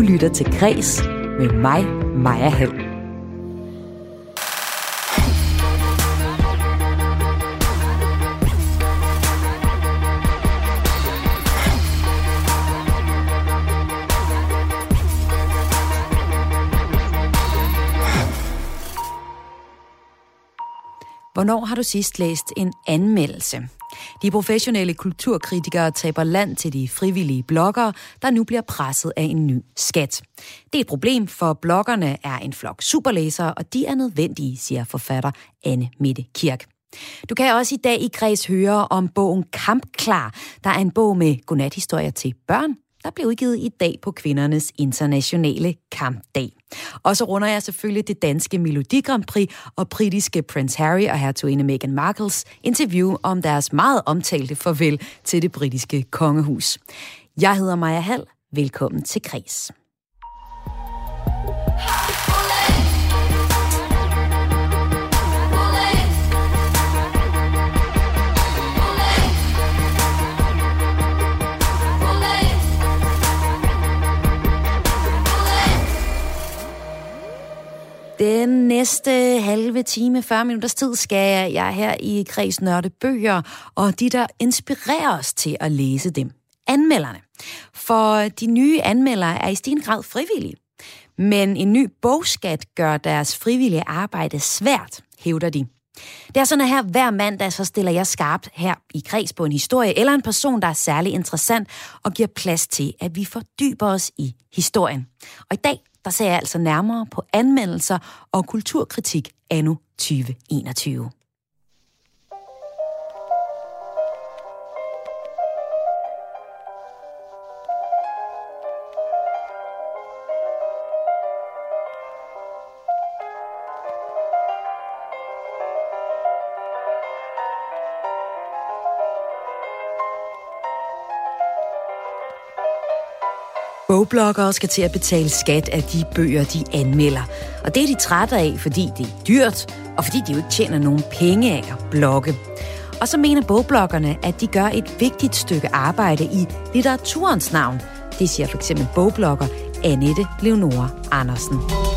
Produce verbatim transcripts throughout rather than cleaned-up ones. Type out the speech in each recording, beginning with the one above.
lytter til Græs med mig, Maja Hall. Hvornår har du sidst læst en anmeldelse? De professionelle kulturkritikere taber land til de frivillige bloggere, der nu bliver presset af en ny skat. Det er et problem, for bloggerne er en flok superlæsere, og de er nødvendige, siger forfatter Anne Mette Kirk. Du kan også i dag i Græs høre om bogen Kampklar, der er en bog med godnathistorier til børn, der blev udgivet i dag på kvindernes internationale kampdag. Og så runder jeg selvfølgelig det danske Melodi Grand Prix og britiske Prince Harry og hertuginde Meghan Markles interview om deres meget omtalte farvel til det britiske kongehus. Jeg hedder Maja Hall. Velkommen til Græs. Den næste halve time, fyrre minutters tid, skal jeg her i Græs nørde bøger, og de, der inspirerer os til at læse dem. Anmelderne. For de nye anmeldere er i stigende grad frivillige. Men en ny bogskat gør deres frivillige arbejde svært, hævder de. Det er sådan, at her hver mandag, så stiller jeg skarpt her i Græs på en historie eller en person, der er særlig interessant og giver plads til, at vi fordyber os i historien. Og i dag, der ser jeg altså nærmere på anmeldelser og kulturkritik anno tyve enogtyve. Bogbloggere skal til at betale skat af de bøger, de anmelder. Og det er de trætte af, fordi det er dyrt, og fordi de jo ikke tjener nogen penge af at blogge. Og så mener bogbloggerne, at de gør et vigtigt stykke arbejde i litteraturens navn. Det siger for eksempel bogblogger Annette Leonora Andersen.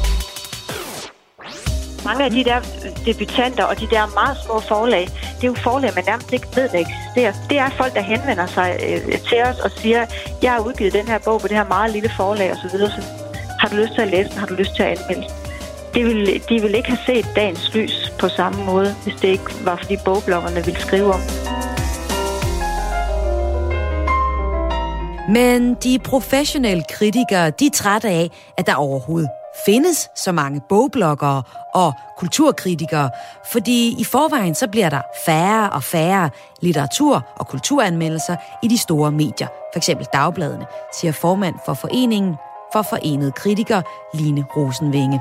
Mange af de der debutanter og de der meget små forlag, det er jo forlag, man nærmest ikke ved, der eksisterer. Det er folk, der henvender sig øh, til os og siger, jeg har udgivet den her bog på det her meget lille forlag osv. Så har du lyst til at læse den? Har du lyst til at anmelde? De vil, de vil ikke have set dagens lys på samme måde, hvis det ikke var, fordi bogbloggerne ville skrive om. Men de professionelle kritikere, de er trætte af, at der overhovedet findes så mange bogbloggere og kulturkritikere, fordi i forvejen så bliver der færre og færre litteratur- og kulturanmeldelser i de store medier, for eksempel dagbladene, siger formand for Foreningen for Forenede Kritikere, Line Rosenvinge.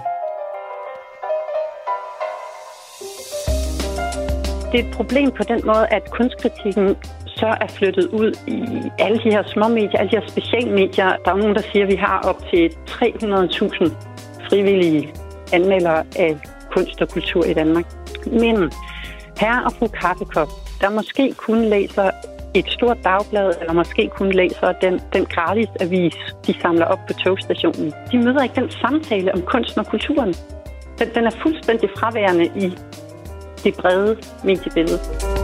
Det er et problem på den måde, at kunstkritikken så er flyttet ud i alle de her små medier, alle de her specialmedier. Der er nogen, der siger, at vi har op til tre hundrede tusind frivillige anmeldere af kunst og kultur i Danmark. Men herre og fru Kaffekop, der måske kun læser et stort dagblad, eller måske kun læser den, den gratis avis, de samler op på togstationen. De møder ikke den samtale om kunsten og kulturen. Den, den er fuldstændig fraværende i det brede mediebillede.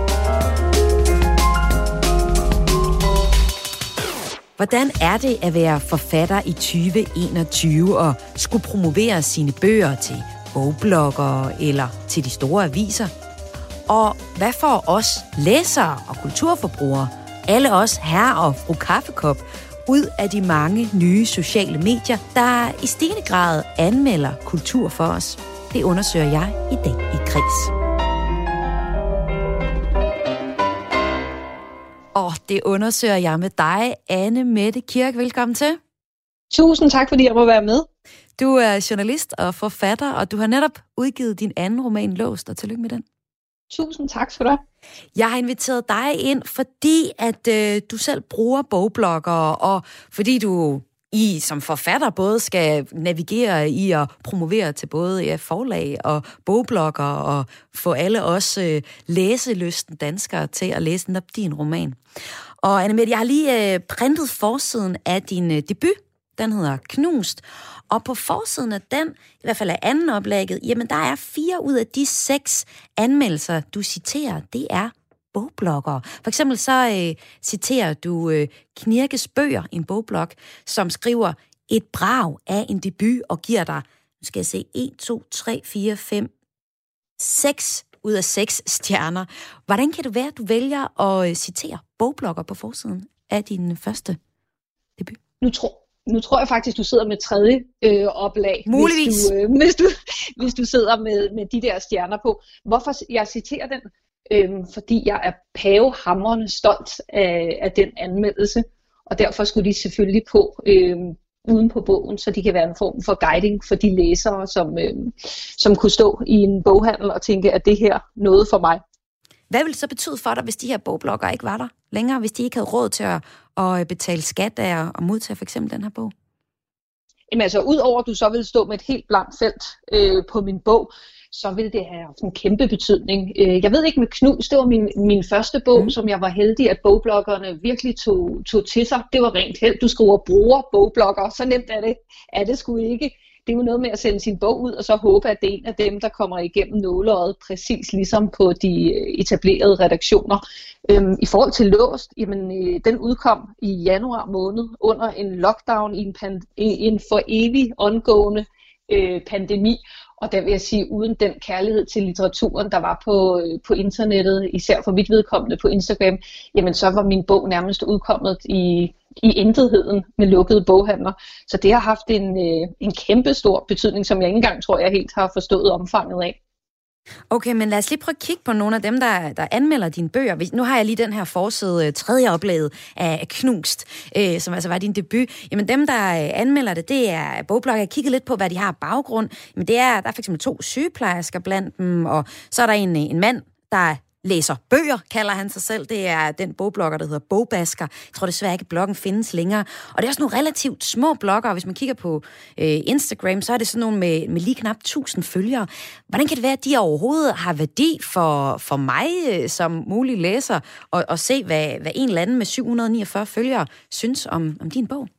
Hvordan er det at være forfatter i tyve enogtyve og skulle promovere sine bøger til bogbloggere eller til de store aviser? Og hvad får os læsere og kulturforbrugere, alle os herre og fru Kaffekop, ud af de mange nye sociale medier, der i stigende grad anmelder kultur for os? Det undersøger jeg i dag i Græs. Og det undersøger jeg med dig, Anne Mette Kirk. Velkommen til. Tusind tak, fordi jeg må være med. Du er journalist og forfatter, og du har netop udgivet din anden roman, Låst, og tillykke med den. Tusind tak skal du have. Jeg har inviteret dig ind, fordi at øh, du selv bruger bogbloggere, og fordi du I som forfatter både skal navigere i at promovere til både ja, forlag og bogblogger og få alle os øh, læselysten danskere til at læse netop din roman. Og Anne Mette, jeg har lige øh, printet forsiden af din øh, debut, Den hedder Knust. Og på forsiden af den, i hvert fald af anden oplaget, jamen der er fire ud af de seks anmeldelser, du citerer, det er bogbloggere. For eksempel så øh, citerer du øh, Knirkes Bøger, en bogblog, som skriver et brag af en debut og giver dig, nu skal jeg se, en, to, tre, fire, fem, seks ud af seks stjerner. Hvordan kan det være, at du vælger at citere bogblogger på forsiden af din første debut? Nu tror, nu tror jeg faktisk, du sidder med tredje øh, oplag. Muligvis. Hvis du, øh, hvis, du, hvis du sidder med, med de der stjerner på. Hvorfor jeg citerer den? Øhm, fordi jeg er pavehamrende stolt af, af den anmeldelse. Og derfor skulle de selvfølgelig på øhm, uden på bogen, så de kan være en form for guiding for de læsere, som, øhm, som kunne stå i en boghandel og tænke, at det her noget for mig. Hvad ville det så betyde for dig, hvis de her bogbloggere ikke var der længere, hvis de ikke havde råd til at, at betale skat af og modtage for eksempel den her bog? Jamen altså, udover at du så ville stå med et helt blankt felt øh, på min bog, så ville det have haft en kæmpe betydning. Øh, jeg ved ikke med Knus, det var min, min første bog, mm. som jeg var heldig, at bogbloggerne virkelig tog, tog til sig. Det var rent held. Du skriver bruger bogblogger, så nemt er det, er det sgu ikke. Det er jo noget med at sende sin bog ud, og så håbe, at det er en af dem, der kommer igennem nåleøjet, præcis ligesom på de etablerede redaktioner. Øhm, I forhold til Låst, jamen, øh, den udkom i januar måned under en lockdown i en, pand- en for evig ongående øh, pandemi. Og der vil jeg sige, uden den kærlighed til litteraturen, der var på, øh, på internettet, især for mit vedkommende på Instagram, jamen så var min bog nærmest udkommet i... i intetheden med lukkede boghandler. Så det har haft en, øh, en kæmpe stor betydning, som jeg ikke engang tror, jeg helt har forstået omfanget af. Okay, men lad os lige prøve at kigge på nogle af dem, der, der anmelder dine bøger. Nu har jeg lige den her forside, tredje oplaget af Knust, øh, som altså var din debut. Jamen dem, der anmelder det, det er bogblogger. Jeg har kigget lidt på, hvad de har baggrund. Men det er, der er for eksempel to sygeplejersker blandt dem, og så er der en, en mand, der læser bøger, kalder han sig selv. Det er den bogblogger, der hedder Bogbasker. Jeg tror desværre ikke, at bloggen findes længere. Og det er også nogle relativt små blogger. Hvis man kigger på øh, Instagram, så er det sådan nogle med, med lige knap tusind følgere. Hvordan kan det være, at de overhovedet har værdi for, for mig øh, som mulig læser, og, og se, hvad, hvad en eller anden med syv hundrede niogfyrre følgere synes om, om din bog?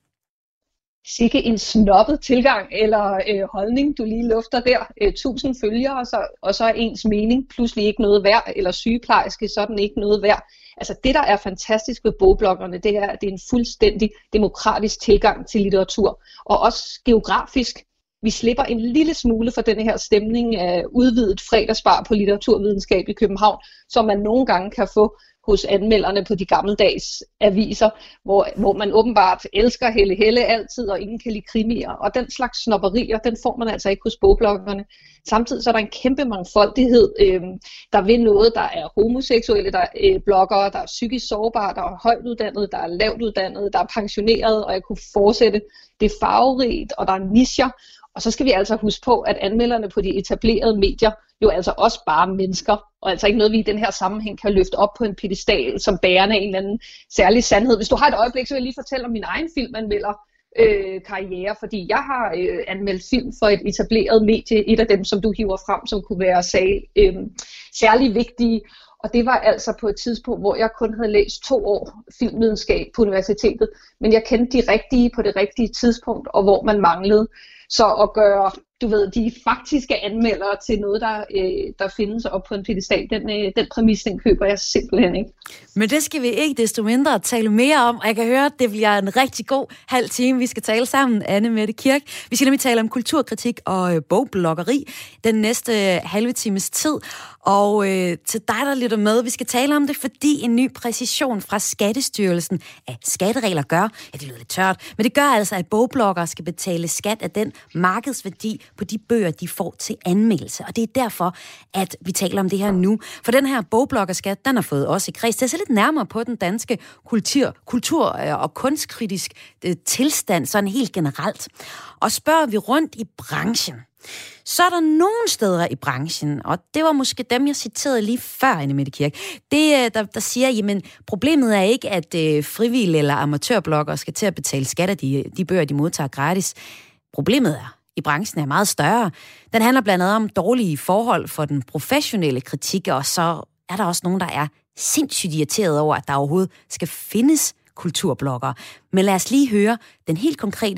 Sikke en snobbet tilgang eller øh, holdning, du lige lufter der. Øh, tusind følgere, og så, og så er ens mening pludselig ikke noget værd, eller sygeplejerske, så er den ikke noget værd. Altså det, der er fantastisk ved bogbloggerne, det er, at det er en fuldstændig demokratisk tilgang til litteratur, og også geografisk. Vi slipper en lille smule for denne her stemning af udvidet fredagsbar på litteraturvidenskab i København, som man nogle gange kan få hos anmelderne på de gammeldags aviser, hvor, hvor man åbenbart elsker Helle Helle altid, og ingen kan lide krimier. Og den slags snobberier, den får man altså ikke hos bogbloggerne. Samtidig så er der en kæmpe mangfoldighed. Øh, der vil noget, der er homoseksuelle, der er øh, bloggere, der er psykisk sårbare, der er højt uddannede, der er lavt uddannede, der er pensionerede, og jeg kunne fortsætte. Det er farverigt, og der er nicher. Og så skal vi altså huske på, at anmelderne på de etablerede medier jo altså også bare mennesker, og altså ikke noget, vi i den her sammenhæng kan løfte op på en pedestal som bærende af en eller anden særlig sandhed. Hvis du har et øjeblik, så vil jeg lige fortælle om min egen filmanmelder øh, karriere, fordi jeg har øh, anmeldt film for et etableret medie, et af dem, som du hiver frem, som kunne være sag, øh, særlig vigtige. Og det var altså på et tidspunkt, hvor jeg kun havde læst to år filmvidenskab på universitetet, men jeg kendte de rigtige på det rigtige tidspunkt, og hvor man manglede. Så at gøre, du ved, de faktiske anmeldere til noget, der, øh, der findes op på en pedestal, den, øh, den præmis, den køber jeg simpelthen ikke. Men det skal vi ikke desto mindre tale mere om, og jeg kan høre, at det bliver en rigtig god halv time, vi skal tale sammen, Anne Mette Kirk. Vi skal nemlig tale om kulturkritik og øh, bogbloggeri den næste øh, halve times tid. Og øh, til dig, der lytter med, vi skal tale om det, fordi en ny præcision fra Skattestyrelsen af skatteregler gør, ja, det lyder lidt tørt, men det gør altså, at bogbloggere skal betale skat af den markedsværdi på de bøger, de får til anmeldelse. Og det er derfor, at vi taler om det her nu. For den her bogbloggerskat, den har fået os i kreds til at se lidt nærmere på den danske kultur, kultur og kunstkritisk øh, tilstand, sådan helt generelt. Og spørger vi rundt i branchen, så er der nogle steder i branchen, og det var måske dem, jeg citerede lige før, Anne Mette Kirk, det, der, der siger, jamen problemet er ikke, at øh, frivillige eller amatørbloggere skal til at betale skat af de, de bøger, de modtager gratis. Problemet er, i branchen er meget større. Den handler blandt andet om dårlige forhold for den professionelle kritik, og så er der også nogen, der er sindssygt irriteret over, at der overhovedet skal findes kulturbloggere. Men lad os lige høre den helt konkrete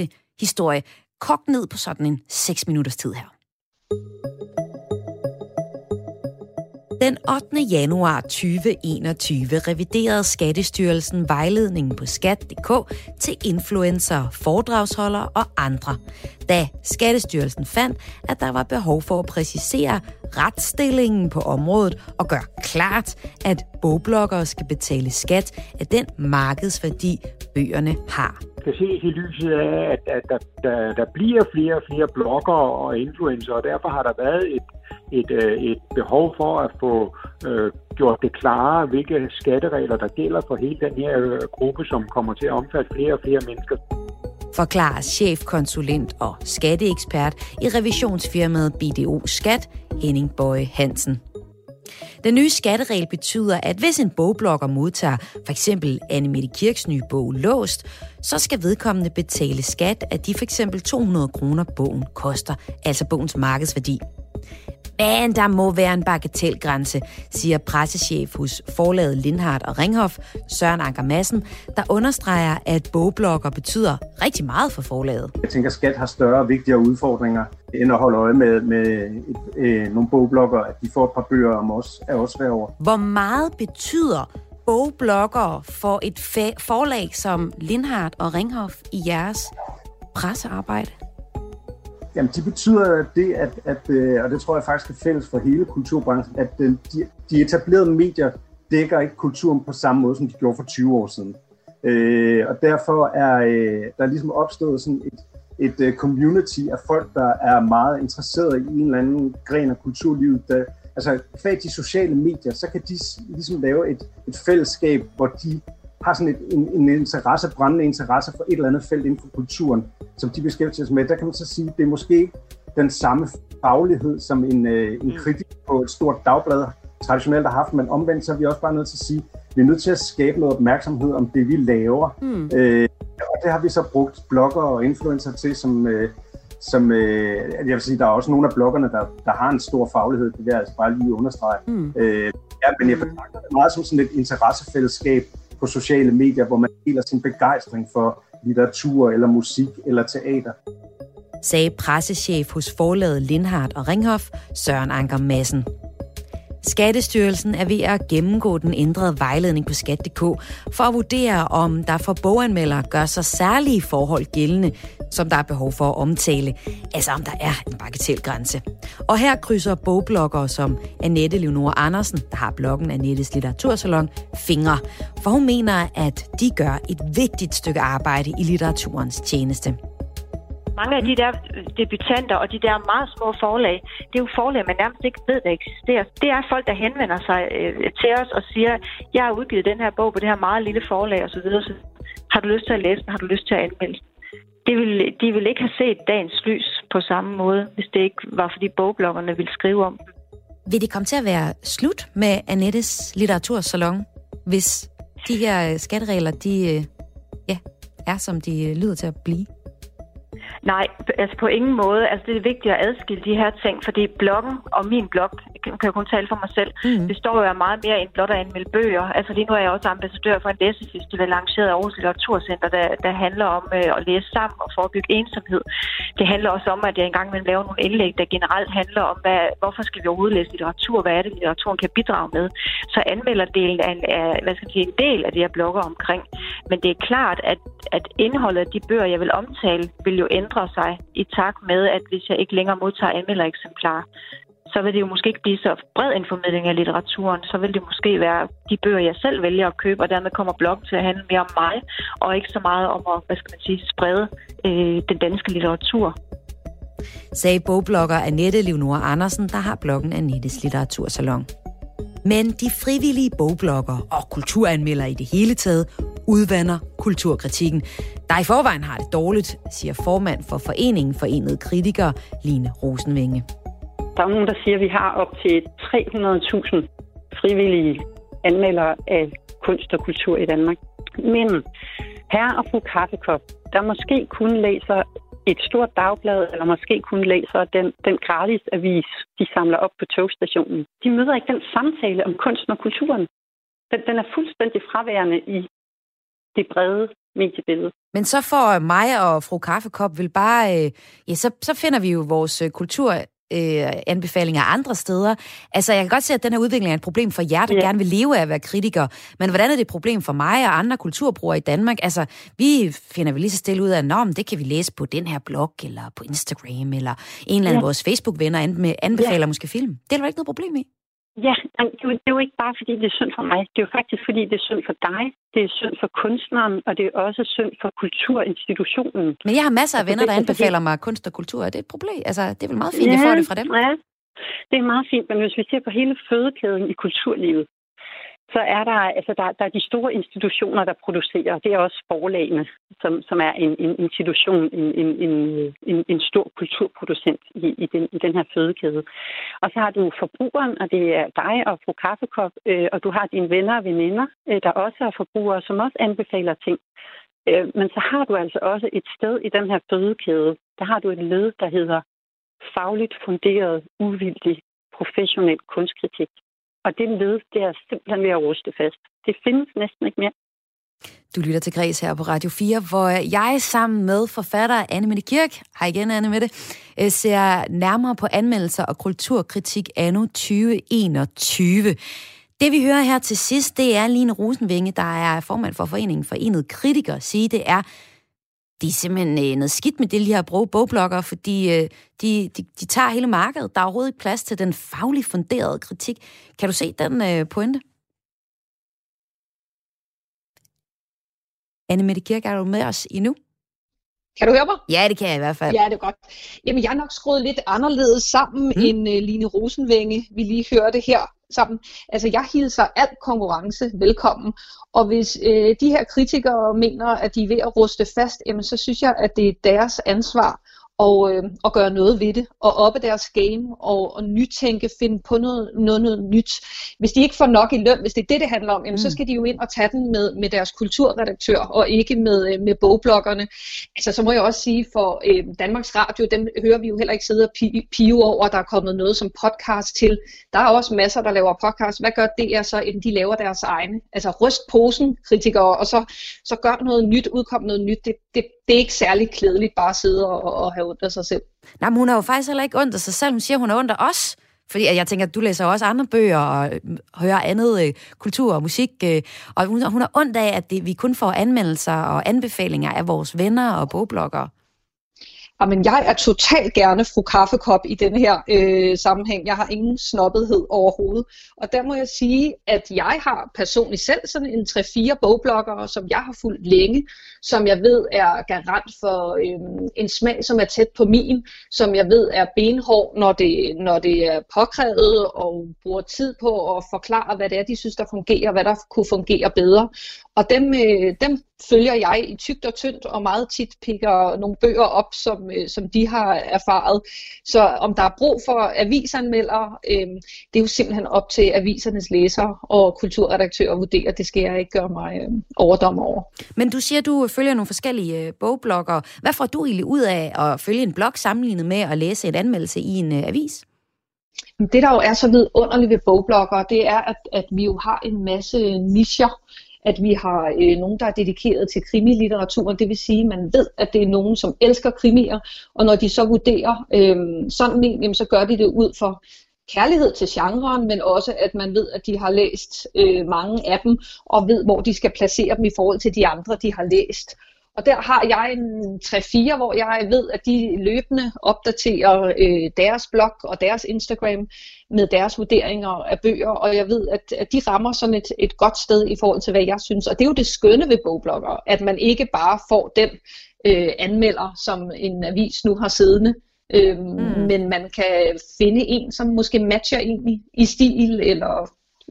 historie kogt ned på sådan en seks minutters tid her. Den ottende januar tyve enogtyve reviderede Skattestyrelsen vejledningen på skat punktum d k til influencer, foredragsholdere og andre, da Skattestyrelsen fandt, at der var behov for at præcisere retsstillingen på området og gøre klart, at bogbloggere skal betale skat af den markedsværdi, bøgerne har. Det kan ses i lyset af, at, at der, der, der bliver flere og flere bloggere og influencer, og derfor har der været et Et, et behov for at få øh, gjort det klare, hvilke skatteregler, der gælder for hele den her øh, gruppe, som kommer til at omfatte flere og flere mennesker. Forklarer chefkonsulent og skatteekspert i revisionsfirmaet B D O Skat, Henning Bøje Hansen. Den nye skatteregel betyder, at hvis en bogblogger modtager for eksempel Anne Mette Kirks nye bog Låst, så skal vedkommende betale skat af de for eksempel to hundrede kroner bogen koster, altså bogens markedsværdi. Men der må være en bagatelgrænse, siger pressechef hos forlaget Lindhardt og Ringhof, Søren Anker Madsen, der understreger, at bogblogger betyder rigtig meget for forlaget. Jeg tænker, at skat har større og vigtigere udfordringer end at holde øje med, med et, øh, nogle bogblogger, at de får et par bøger om os, er også værd over. Hvor meget betyder bogblogger for et fa- forlag som Lindhardt og Ringhof i jeres pressearbejde? Jamen, de betyder det, at, at, og det tror jeg faktisk er fælles for hele kulturbranchen, at de, de etablerede medier dækker ikke kulturen på samme måde, som de gjorde for tyve år siden. Øh, og derfor er der ligesom opstået sådan et, et community af folk, der er meget interesserede i en eller anden gren af kulturlivet. Der, altså, kvad de sociale medier, så kan de ligesom lave et, et fællesskab, hvor de har sådan et, en, en interesse, brændende interesse for et eller andet felt inden for kulturen, som de beskæftiger sig med. Der kan man så sige, at det er måske ikke den samme faglighed, som en, øh, en kritik på et stort dagblad traditionelt har haft, men omvendt så er vi også bare nødt til at sige, at vi er nødt til at skabe noget opmærksomhed om det, vi laver. Mm. Øh, og det har vi så brugt blogger og influencer til, som, øh, som øh, jeg vil sige, der er også nogle af bloggerne, der, der har en stor faglighed, det vil jeg altså bare lige understrege. Mm. Øh, ja, men jeg betragter det meget som sådan et interessefællesskab på sociale medier, hvor man deler sin begejstring for litteratur eller musik eller teater. Sagde pressechef hos forlaget Lindhardt og Ringhof, Søren Anker Madsen. Skattestyrelsen er ved at gennemgå den ændrede vejledning på skat punktum d k for at vurdere, om der for boganmeldere gør sig særlige forhold gældende, som der er behov for at omtale, altså om der er en bagatelgrænse. Og her krydser bogbloggere som Annette Leonora Andersen, der har bloggen Annettes Litteratursalon, fingre, for hun mener, at de gør et vigtigt stykke arbejde i litteraturens tjeneste. Mange af de der debutanter og de der meget små forlag, det er jo forlag, man nærmest ikke ved, der eksisterer. Det er folk, der henvender sig øh, til os og siger, jeg har udgivet den her bog på det her meget lille forlag osv. Så har du lyst til at læse den? Har du lyst til at anmelde? De vil, de vil ikke have set dagens lys på samme måde, hvis det ikke var, fordi bogbloggerne ville skrive om dem. Vil det komme til at være slut med Annettes Litteratursalon, hvis de her skatteregler, de øh, ja, er som de lyder til at blive? Nej, altså på ingen måde. Altså det er vigtigt at adskille de her ting, fordi bloggen og min blog, kan jeg kun tale for mig selv, mm. det står jo meget mere end blot at anmelde bøger. Altså lige nu er jeg også ambassadør for en læsefestival lanceret af Aarhus Litteraturcenter, der, der handler om øh, at læse sammen og forebygge ensomhed. Det handler også om, at jeg engang vil lave nogle indlæg, der generelt handler om, hvad, hvorfor skal vi overhovedet læse litteratur, hvad er det, litteraturen kan bidrage med. Så anmelderdelen er, en, er hvad skal jeg sige, en del af det, jeg blogger omkring. Men det er klart, at, at indholdet af de bøger, jeg vil omtale, vil jo ændre sig i takt med, at hvis jeg ikke længere modtager anmeldereksemplarer, så vil det jo måske ikke blive så bred en formidling af litteraturen. Så vil det måske være de bøger, jeg selv vælger at købe, og dermed kommer bloggen til at handle mere om mig, og ikke så meget om at, hvad skal man sige, sprede øh, den danske litteratur. Sagde bogblogger Annette Leonora Andersen, der har bloggen Annettes Litteratursalon. Men de frivillige bogblogger og kulturanmeldere i det hele taget udvander kulturkritikken, der i forvejen har det dårligt, siger formand for Foreningen Forenede Kritikere, Line Rosenvinge. Der er nogen, der siger, at vi har op til tre hundrede tusind frivillige anmeldere af kunst og kultur i Danmark. Men herre og fru Kaffekop, der måske kun læser et stort dagblad, eller måske kun læser den, den gratis avis, de samler op på togstationen. De møder ikke den samtale om kunsten og kulturen. Den, den er fuldstændig fraværende i det brede mediebillede. Men så får mig og fru Kaffekop vil bare, øh, ja, så, så finder vi jo vores kultur øh, anbefalinger andre steder. Altså, jeg kan godt se, at den her udvikling er et problem for jer, der ja. gerne vil leve af at være kritiker. Men hvordan er det et problem for mig og andre kulturbrugere i Danmark? Altså, vi finder vi lige så stille ud af, at det kan vi læse på den her blog, eller på Instagram, eller en eller anden af ja. vores Facebook-venner anbefaler ja. måske film. Det er der ikke noget problem i. Ja, det er jo ikke bare, fordi det er synd for mig. Det er jo faktisk, fordi det er synd for dig. Det er synd for kunstneren, og det er også synd for kulturinstitutionen. Men jeg har masser af venner, der anbefaler mig kunst og kultur. Er det et problem? Altså, det er vel meget fint, ja, jeg får det fra dem? Ja, det er meget fint, men hvis vi ser på hele fødekæden i kulturlivet, så er der, altså der, der er de store institutioner, der producerer. Det er også forlagene, som, som er en, en institution, en, en, en, en stor kulturproducent i, i, den, i den her fødekæde. Og så har du forbrugeren, og det er dig og fru Kaffekop, øh, og du har dine venner og veninder, øh, der også er forbrugere, som også anbefaler ting. Øh, men så har du altså også et sted i den her fødekæde, der har du et led, der hedder fagligt funderet, uvildig, professionel kunstkritik. Og det led, det er simpelthen ved at ruste fast. Det findes næsten ikke mere. Du lytter til Græs her på Radio fire, hvor jeg sammen med forfatter Annemette Kirk, hej igen Annemette, ser nærmere på anmeldelser og kulturkritik anno tyve enogtyve. Det vi hører her til sidst, det er Line Rosenvinge, der er formand for Foreningen Forenede Kritikere, sige, det er Det er simpelthen noget skidt med de her bogbloggere, fordi de, de, de tager hele markedet. Der er overhovedet ikke plads til den fagligt funderede kritik. Kan du se den pointe? Annemette Kirk, er du med os endnu? Kan du høre mig? Ja, det kan jeg i hvert fald. Ja, det er godt. Jamen, jeg er nok skruet lidt anderledes sammen mm. end uh, Line Rosenvinge, vi lige hørte her sammen. Altså, jeg hilser alt konkurrence velkommen. Og hvis øh, de her kritikere mener, at de er ved at ruste fast, jamen, så synes jeg, at det er deres ansvar og, øh, at gøre noget ved det, og oppe deres game, og, og nytænke, finde på noget, noget, noget nyt. Hvis de ikke får nok i løn, hvis det er det, det handler om, jamen, mm. så skal de jo ind og tage den med, med deres kulturredaktør, og ikke med, med bogbloggerne. Altså, så må jeg også sige, for øh, Danmarks Radio, dem hører vi jo heller ikke sidde og pive over, der er kommet noget som podcast til. Der er også masser, der laver podcast. Hvad gør det er så, end de laver deres egne? Altså, ryst posen, kritikere, og så, så gør noget nyt, udkom noget nyt. Det, det, det er ikke særlig klædeligt bare at sidde og, og have ondt af sig selv. Nej, men hun har jo faktisk heller ikke ondt af sig selv. Hun siger, hun har ondt af os. Fordi jeg tænker, at du læser også andre bøger og hører andet øh, kultur og musik. Øh, og hun, hun har ondt af, at det, vi kun får anmeldelser og anbefalinger af vores venner og bogbloggere. Jamen, jeg er totalt gerne fru Kaffekop i denne her øh, sammenhæng. Jeg har ingen snobbethed overhovedet. Og der må jeg sige, at jeg har personligt selv sådan en tre fire bogbloggere, som jeg har fulgt længe, som jeg ved er garant for øh, en smag, som er tæt på min, som jeg ved er benhård, når det, når det er påkrævet, og bruger tid på at forklare, hvad det er, de synes, der fungerer, hvad der kunne fungere bedre. Og dem, øh, dem følger jeg i tykt og tyndt, og meget tit pikker nogle bøger op, som, øh, som de har erfaret. Så om der er brug for avisanmeldere, øh, det er jo simpelthen op til avisernes læsere og kulturredaktører at vurdere. Det skal jeg ikke gøre mig øh, overdommer over. Men du siger, at du følger nogle forskellige øh, bogbloggere. Hvad får du egentlig ud af at følge en blog sammenlignet med at læse en anmeldelse i en øh, avis? Det, der jo er så vidunderligt ved bogbloggere, det er, at, at vi jo har en masse nicher. At vi har øh, nogen, der er dedikeret til krimilitteraturen. Det vil sige, at man ved, at det er nogen, som elsker krimier. Og når de så vurderer øh, sådan en, jamen, så gør de det ud for kærlighed til genren, men også, at man ved, at de har læst øh, mange af dem, og ved, hvor de skal placere dem i forhold til de andre, de har læst. Og der har jeg en tre fire, hvor jeg ved, at de løbende opdaterer øh, deres blog og deres Instagram med deres vurderinger af bøger, og jeg ved, at, at de rammer sådan et, et godt sted i forhold til, hvad jeg synes. Og det er jo det skønne ved bogbloggere, at man ikke bare får den øh, anmelder, som en avis nu har siddende, øh, mm. men man kan finde en, som måske matcher en i, i stil, eller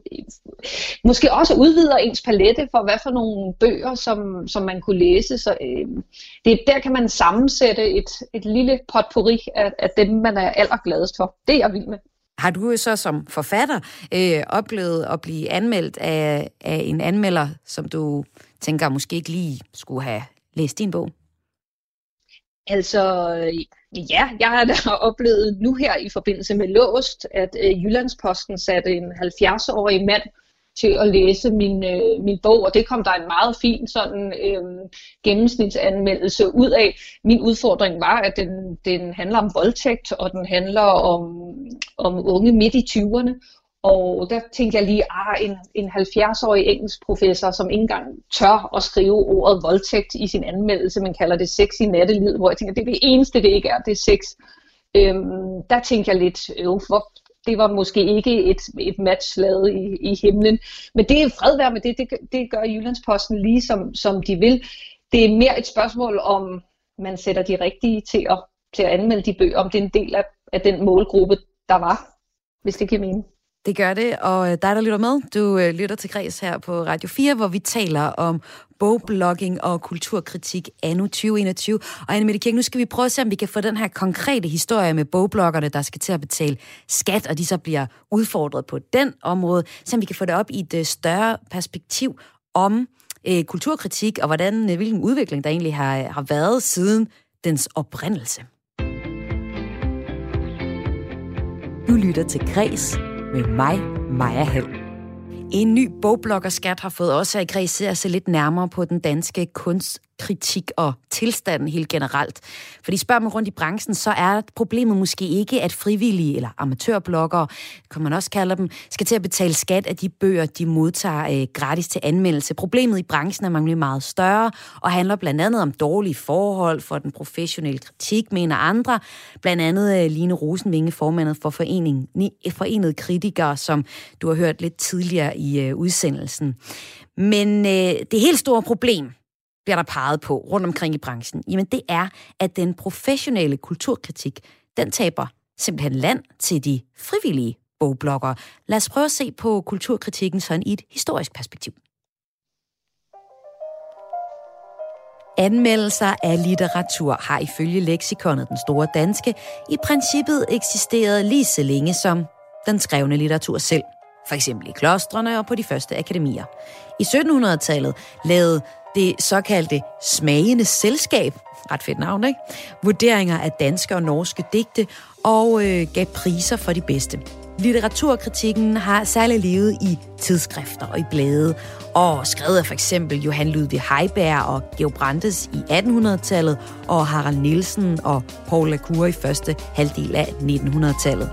måske også udvider ens palette for, hvad for nogle bøger, som, som man kunne læse. Så øh, det, der kan man sammensætte et, et lille potpourri af, af dem, man er allergladest for. Det er jeg vild med. Har du så som forfatter øh, oplevet at blive anmeldt af, af en anmelder, som du tænker måske ikke lige skulle have læst din bog? Altså, ja, jeg har da oplevet nu her i forbindelse med Låst, at øh, Jyllandsposten satte en halvfjerds-årig mand til at læse min, øh, min bog, og det kom der en meget fin sådan øh, gennemsnitsanmeldelse ud af. Min udfordring var, at den, den handler om voldtægt, og den handler om, om unge midt i tyverne. Og der tænkte jeg lige, ah, en, en halvfjerds-årig engelskprofessor, som ikke engang tør at skrive ordet voldtægt i sin anmeldelse, men kalder det sex i nattelivet, hvor jeg tænker, det er det eneste, det ikke er, det er sex. Øhm, der tænkte jeg lidt, øh, hvor, det var måske ikke et, et match lavet i, i himlen. Men det er fred være med det, det, det gør Jyllandsposten lige som, som de vil. Det er mere et spørgsmål om, man sætter de rigtige til at, til at anmelde de bøger, om det er en del af, af den målgruppe, der var, hvis det giver mening. Det gør det, og dig, der lytter med, du øh, lytter til Græs her på Radio fire, hvor vi taler om bogblogging og kulturkritik anno tyve enogtyve. Og Anne Mette Kirk, nu skal vi prøve at se, om vi kan få den her konkrete historie med bogbloggerne, der skal til at betale skat, og de så bliver udfordret på den område, så vi kan få det op i et øh, større perspektiv om øh, kulturkritik, og hvordan, øh, hvilken udvikling der egentlig har, har været siden dens oprindelse. Du lytter til Græs med mig, Maja Hall. En ny bogbloggerskat har fået os her i Græs til at se lidt nærmere på den danske kunstkritik og tilstanden helt generelt. Fordi spørger man rundt i branchen, så er problemet måske ikke, at frivillige eller amatørbloggere, kan man også kalde dem, skal til at betale skat af de bøger, de modtager øh, gratis til anmeldelse. Problemet i branchen er nemlig meget større og handler blandt andet om dårlige forhold for den professionelle kritik, mener andre. Blandt andet øh, Line Rosenvinge, formanden for foreningen, Forenede Kritikere, som du har hørt lidt tidligere i øh, udsendelsen. Men øh, det helt store problem, bliver der peget på rundt omkring i branchen, jamen det er, at den professionelle kulturkritik, den taber simpelthen land til de frivillige bogbloggere. Lad os prøve at se på kulturkritikken sådan i et historisk perspektiv. Anmeldelser af litteratur har ifølge leksikonet Den Store Danske i princippet eksisteret lige så længe som den skrevne litteratur selv. For eksempel i klostrene og på de første akademier. I syttenhundredetallet lavede det såkaldte Smagenes Selskab, ret fedt navn, ikke? Vurderinger af danske og norske digte og øh, gav priser for de bedste. Litteraturkritikken har særligt levet i tidsskrifter og i blade, og skrevet af for eksempel Johan Ludvig Heiberg og Georg Brandes i attenhundredetallet, og Harald Nielsen og Poul la Cour i første halvdel af nittenhundredetallet.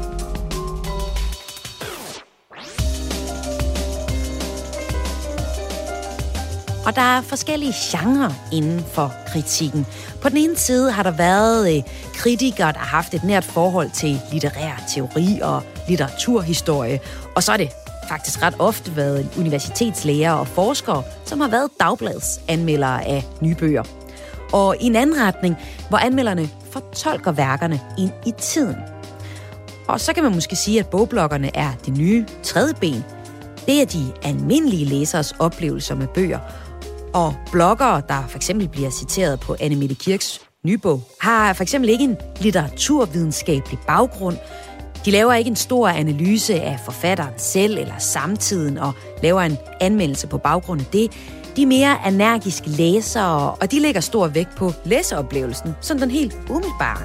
Og der er forskellige genrer inden for kritikken. På den ene side har der været øh, kritikere, der har haft et nært forhold til litterær teori og litteraturhistorie. Og så er det faktisk ret ofte været universitetslærere og forskere, som har været dagbladsanmeldere af nye bøger. Og i en anden retning, hvor anmelderne fortolker værkerne ind i tiden. Og så kan man måske sige, at bogbloggerne er det nye tredje ben. Det er de almindelige læseres oplevelser med bøger. Og bloggere, der for eksempel bliver citeret på Anne Mette Kirks nye bog, har for eksempel ikke en litteraturvidenskabelig baggrund. De laver ikke en stor analyse af forfatteren selv eller samtiden og laver en anmeldelse på baggrund af det. De er mere energiske læsere, og de lægger stor vægt på læseoplevelsen, som den helt umiddelbare.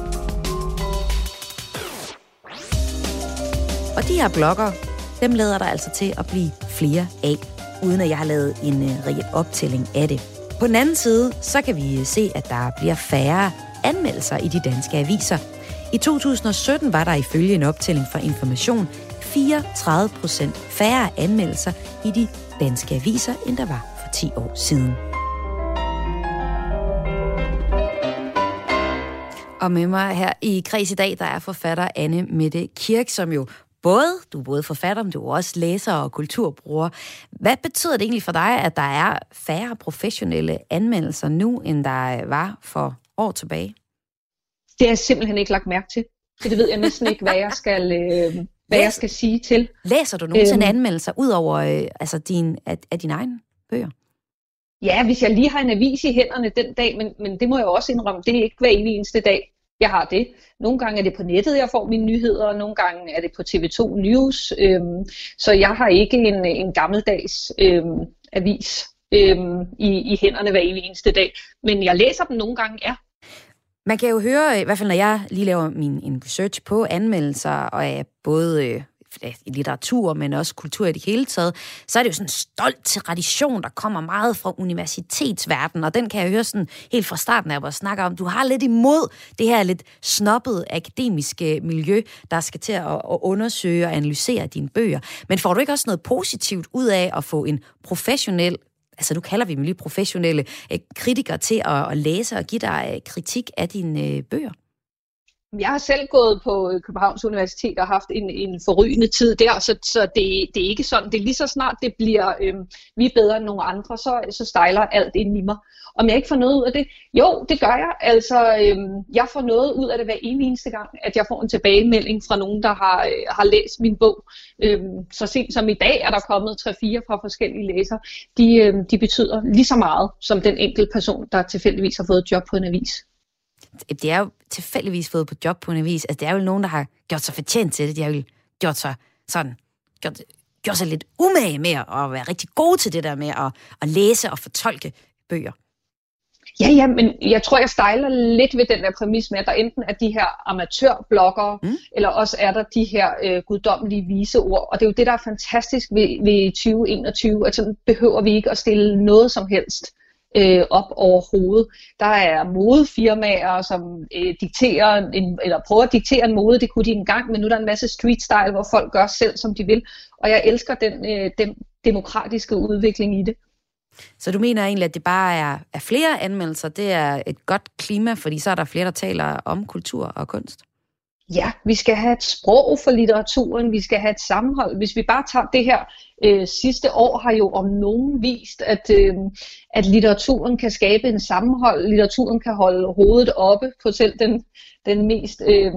Og de her blogger, dem lader der altså til at blive flere af, uden at jeg har lavet en uh, reel optælling af det. På den anden side, så kan vi se, at der bliver færre anmeldelser i de danske aviser. I to tusind og sytten var der ifølge en optælling fra Information fireogtredive procent færre anmeldelser i de danske aviser, end der var for ti år siden. Og med mig her i Græs i dag, der er forfatter Anne Mette Kirk, som jo Både, du er både forfatter, men du er også læser og kulturbruger. Hvad betyder det egentlig for dig, at der er færre professionelle anmeldelser nu, end der var for år tilbage? Det har jeg simpelthen ikke lagt mærke til. Så det ved jeg næsten ikke, hvad jeg skal, øh, hvad Læs, jeg skal sige til. Læser du nogensinde øhm, anmeldelser ud over øh, altså din, af, af dine egne bøger? Ja, hvis jeg lige har en avis i hænderne den dag, men, men det må jeg også indrømme, det er ikke hver eneste dag. Jeg har det. Nogle gange er det på nettet, jeg får mine nyheder, og nogle gange er det på T V to News. Øhm, så jeg har ikke en, en gammeldags øhm, avis øhm, i, i hænderne hver eneste dag. Men jeg læser dem nogle gange, ja. Man kan jo høre, i hvert fald når jeg lige laver min en research på anmeldelser, og af både øh, i litteratur, men også kultur i det hele taget, så er det jo sådan en stolt tradition, der kommer meget fra universitetsverdenen, og den kan jeg høre sådan helt fra starten af, hvor jeg snakker om, du har lidt imod det her lidt snobbede akademiske miljø, der skal til at, at undersøge og analysere dine bøger. Men får du ikke også noget positivt ud af at få en professionel, altså nu kalder vi dem lige professionelle øh, kritikere til at, at læse og give dig øh, kritik af dine øh, bøger? Jeg har selv gået på Københavns Universitet og haft en, en forrygende tid der, så, så det, det er ikke sådan. Det er lige så snart det bliver, øhm, vi er bedre end nogle andre, så, så stejler alt ind i mig. Om jeg ikke får noget ud af det? Jo, det gør jeg. Altså, øhm, jeg får noget ud af det hver eneste gang, at jeg får en tilbagemelding fra nogen, der har, øh, har læst min bog. Øhm, så sent som i dag er der kommet tre-fire fra forskellige læsere. De, øhm, de betyder lige så meget som den enkelte person, der tilfældigvis har fået job på en avis. Det er jo tilfældigvis fået på job på en avis. Altså, det er jo nogen, der har gjort sig fortjent til det. De har jo gjort sig sådan, gjort, gjort sig lidt umage med at være rigtig gode til det der med at, at læse og fortolke bøger. Ja, ja, men jeg tror, jeg stejler lidt ved den der præmis med, at der enten er de her amatørbloggere, mm. eller også er der de her øh, guddommelige viseord. Og det er jo det, der er fantastisk ved, ved tyve enogtyve, at sådan behøver vi ikke at stille noget som helst øh, op overhovedet. Der er modefirmaer, som øh, dikterer en, eller prøver at diktere en mode, det kunne de engang, men nu er der en masse street style, hvor folk gør selv, som de vil. Og jeg elsker den, øh, den demokratiske udvikling i det. Så du mener egentlig, at det bare er, er flere anmeldelser, det er et godt klima, fordi så er der flere, der taler om kultur og kunst? Ja, vi skal have et sprog for litteraturen, vi skal have et sammenhold. Hvis vi bare tager det her øh, sidste år, har jo om nogen vist, at, øh, at litteraturen kan skabe en sammenhold. Litteraturen kan holde hovedet oppe på selv den, den mest øh,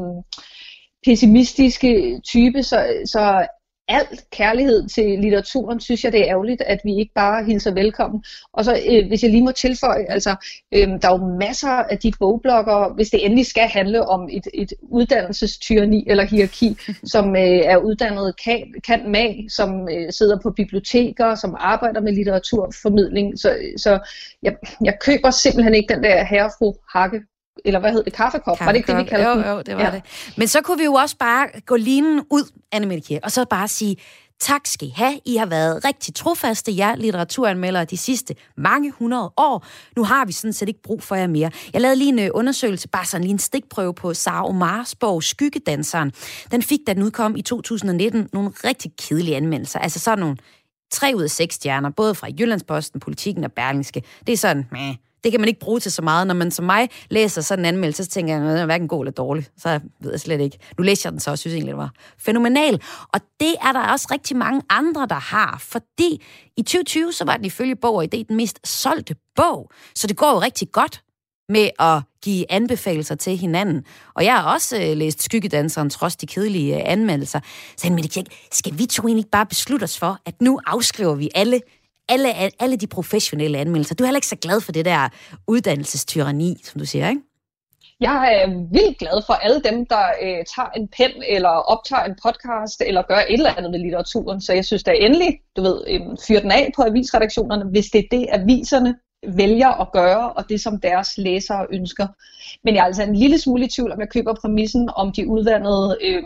pessimistiske type, så, så alt kærlighed til litteraturen, synes jeg, det er ærgerligt, at vi ikke bare hilser velkommen. Og så, øh, hvis jeg lige må tilføje, altså, øh, der er jo masser af de bogbloggere, hvis det endelig skal handle om et, et uddannelsestyranni eller hierarki, som øh, er uddannet kan, kan mag, som øh, sidder på biblioteker, som arbejder med litteraturformidling. Så, så jeg, jeg køber simpelthen ikke den der herrefru Hakke, eller hvad hed det, kaffekop? Kaffekop. Var det ikke det, vi kaldte jo, den? Jo, det var ja. det. Men så kunne vi jo også bare gå linen ud, Anne-Mette Kirk, og så bare sige, tak skal I have. I har været rigtig trofaste, jer litteraturanmeldere, de sidste mange hundrede år. Nu har vi sådan set ikke brug for jer mere. Jeg lavede lige en undersøgelse, bare sådan lige en stikprøve på Sara Omars bog, Skyggedanseren. Den fik, da den udkom i to tusind nitten, nogle rigtig kedelige anmeldelser. Altså sådan nogle tre ud af seks stjerner, både fra Jyllandsposten, Politikken og Berlingske. Det er sådan, meh. Det kan man ikke bruge til så meget. Når man som mig læser sådan en anmeldelse, så tænker jeg, at den er hverken god eller dårlig. Så ved jeg slet ikke. Nu læser jeg den så, og synes egentlig, det var fænomenal. Og det er der også rigtig mange andre, der har. Fordi i tyve tyve, så var den ifølge Bog og Idé den mest solgte bog. Så det går jo rigtig godt med at give anbefalinger til hinanden. Og jeg har også øh, læst Skyggedanseren, trods de kedelige øh, anmeldelser. Så Anne-Mette Kirk, skal vi to egentlig ikke bare beslutte os for, at nu afskriver vi alle Alle, alle de professionelle anmeldelser. Du er heller ikke så glad for det der uddannelsestyranni, som du siger, ikke? Jeg er vildt glad for alle dem, der øh, tager en pen, eller optager en podcast, eller gør et eller andet med litteraturen. Så jeg synes da endelig, du ved, øh, fyre den af på avisredaktionerne, hvis det er det, aviserne vælger at gøre, og det som deres læsere ønsker. Men jeg er altså en lille smule i tvivl, om jeg køber præmissen om de udvandrede øh,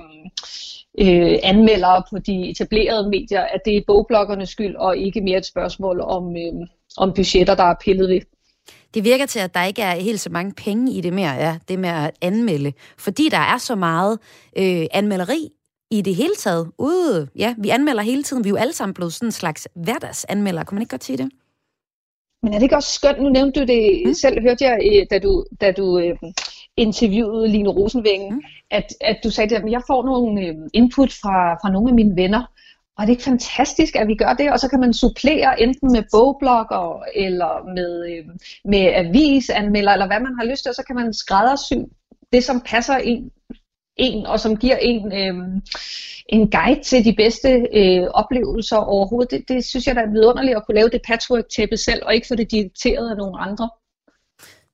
øh, anmeldere på de etablerede medier, at det er bogbloggernes skyld, og ikke mere et spørgsmål om, øh, om budgetter, der er pillet ved. Det virker til, at der ikke er helt så mange penge i det mere, ja, det med at anmelde. Fordi der er så meget øh, anmelderi i det hele taget. Ude, ja, vi anmelder hele tiden. Vi er jo alle sammen blevet sådan en slags hverdagsanmeldere. Kan man ikke godt sige det? Men er det ikke også skønt? Nu nævnte du det mm. selv, hørte jeg, da du, da du øh, interviewede Line Rosenvængen, mm. at, at du sagde, at jeg får nogle øh, input fra, fra nogle af mine venner. Og er det ikke fantastisk, at vi gør det? Og så kan man supplere enten med bogblogger, eller med, øh, med avisanmelder, eller hvad man har lyst til, og så kan man skræddersy det, som passer en, en og som giver en øh, en guide til de bedste øh, oplevelser overhovedet. Det, det synes jeg, der er vidunderligt at kunne lave det patchwork-tæppe selv, og ikke få det dikteret af nogle andre.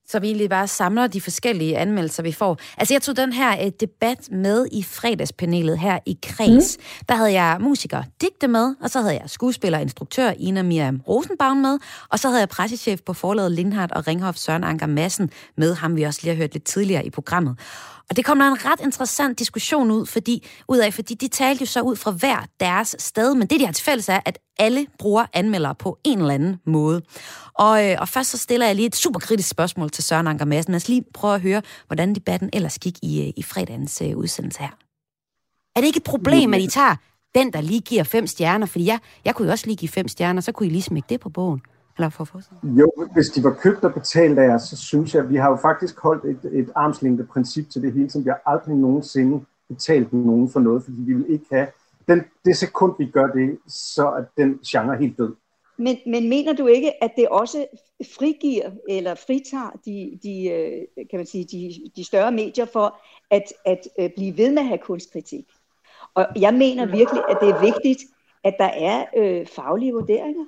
Så vi egentlig bare samler de forskellige anmeldelser, vi får. Altså, jeg tog den her uh, debat med i fredagspanelet her i Kreds. Mm. Der havde jeg musiker Digte med, og så havde jeg skuespiller og instruktør Ina Miriam Rosenbaum med, og så havde jeg pressechef på forlaget Lindhardt og Ringhof Søren Anker Madsen med, ham vi også lige har hørt lidt tidligere i programmet. Og det kom der en ret interessant diskussion ud, fordi, ud af, fordi de talte jo så ud fra hver deres sted, men det, de har til fælles, er, at alle bruger anmeldere på en eller anden måde. Og, øh, og først så stiller jeg lige et superkritisk spørgsmål til Søren Anker Madsen. Lad os lige prøve at høre, hvordan debatten ellers gik i, i fredagens øh, udsendelse her. Er det ikke et problem, at I tager den, der lige giver fem stjerner? Fordi jeg, jeg kunne jo også lige give fem stjerner, så kunne I lige smække det på bogen. Eller for at jo, hvis de var købt og betalt af os, så synes jeg, at vi har jo faktisk holdt et, et armslængde princip til det hele, som vi har aldrig nogensinde betalt nogen for noget, fordi vi vil ikke have, den, det sekund vi gør det, så er den genre helt død. Men, men mener du ikke, at det også frigiver eller fritager de, de, kan man sige, de, de større medier for at, at blive ved med at have kunstkritik? Og jeg mener virkelig, at det er vigtigt, at der er øh, faglige vurderinger.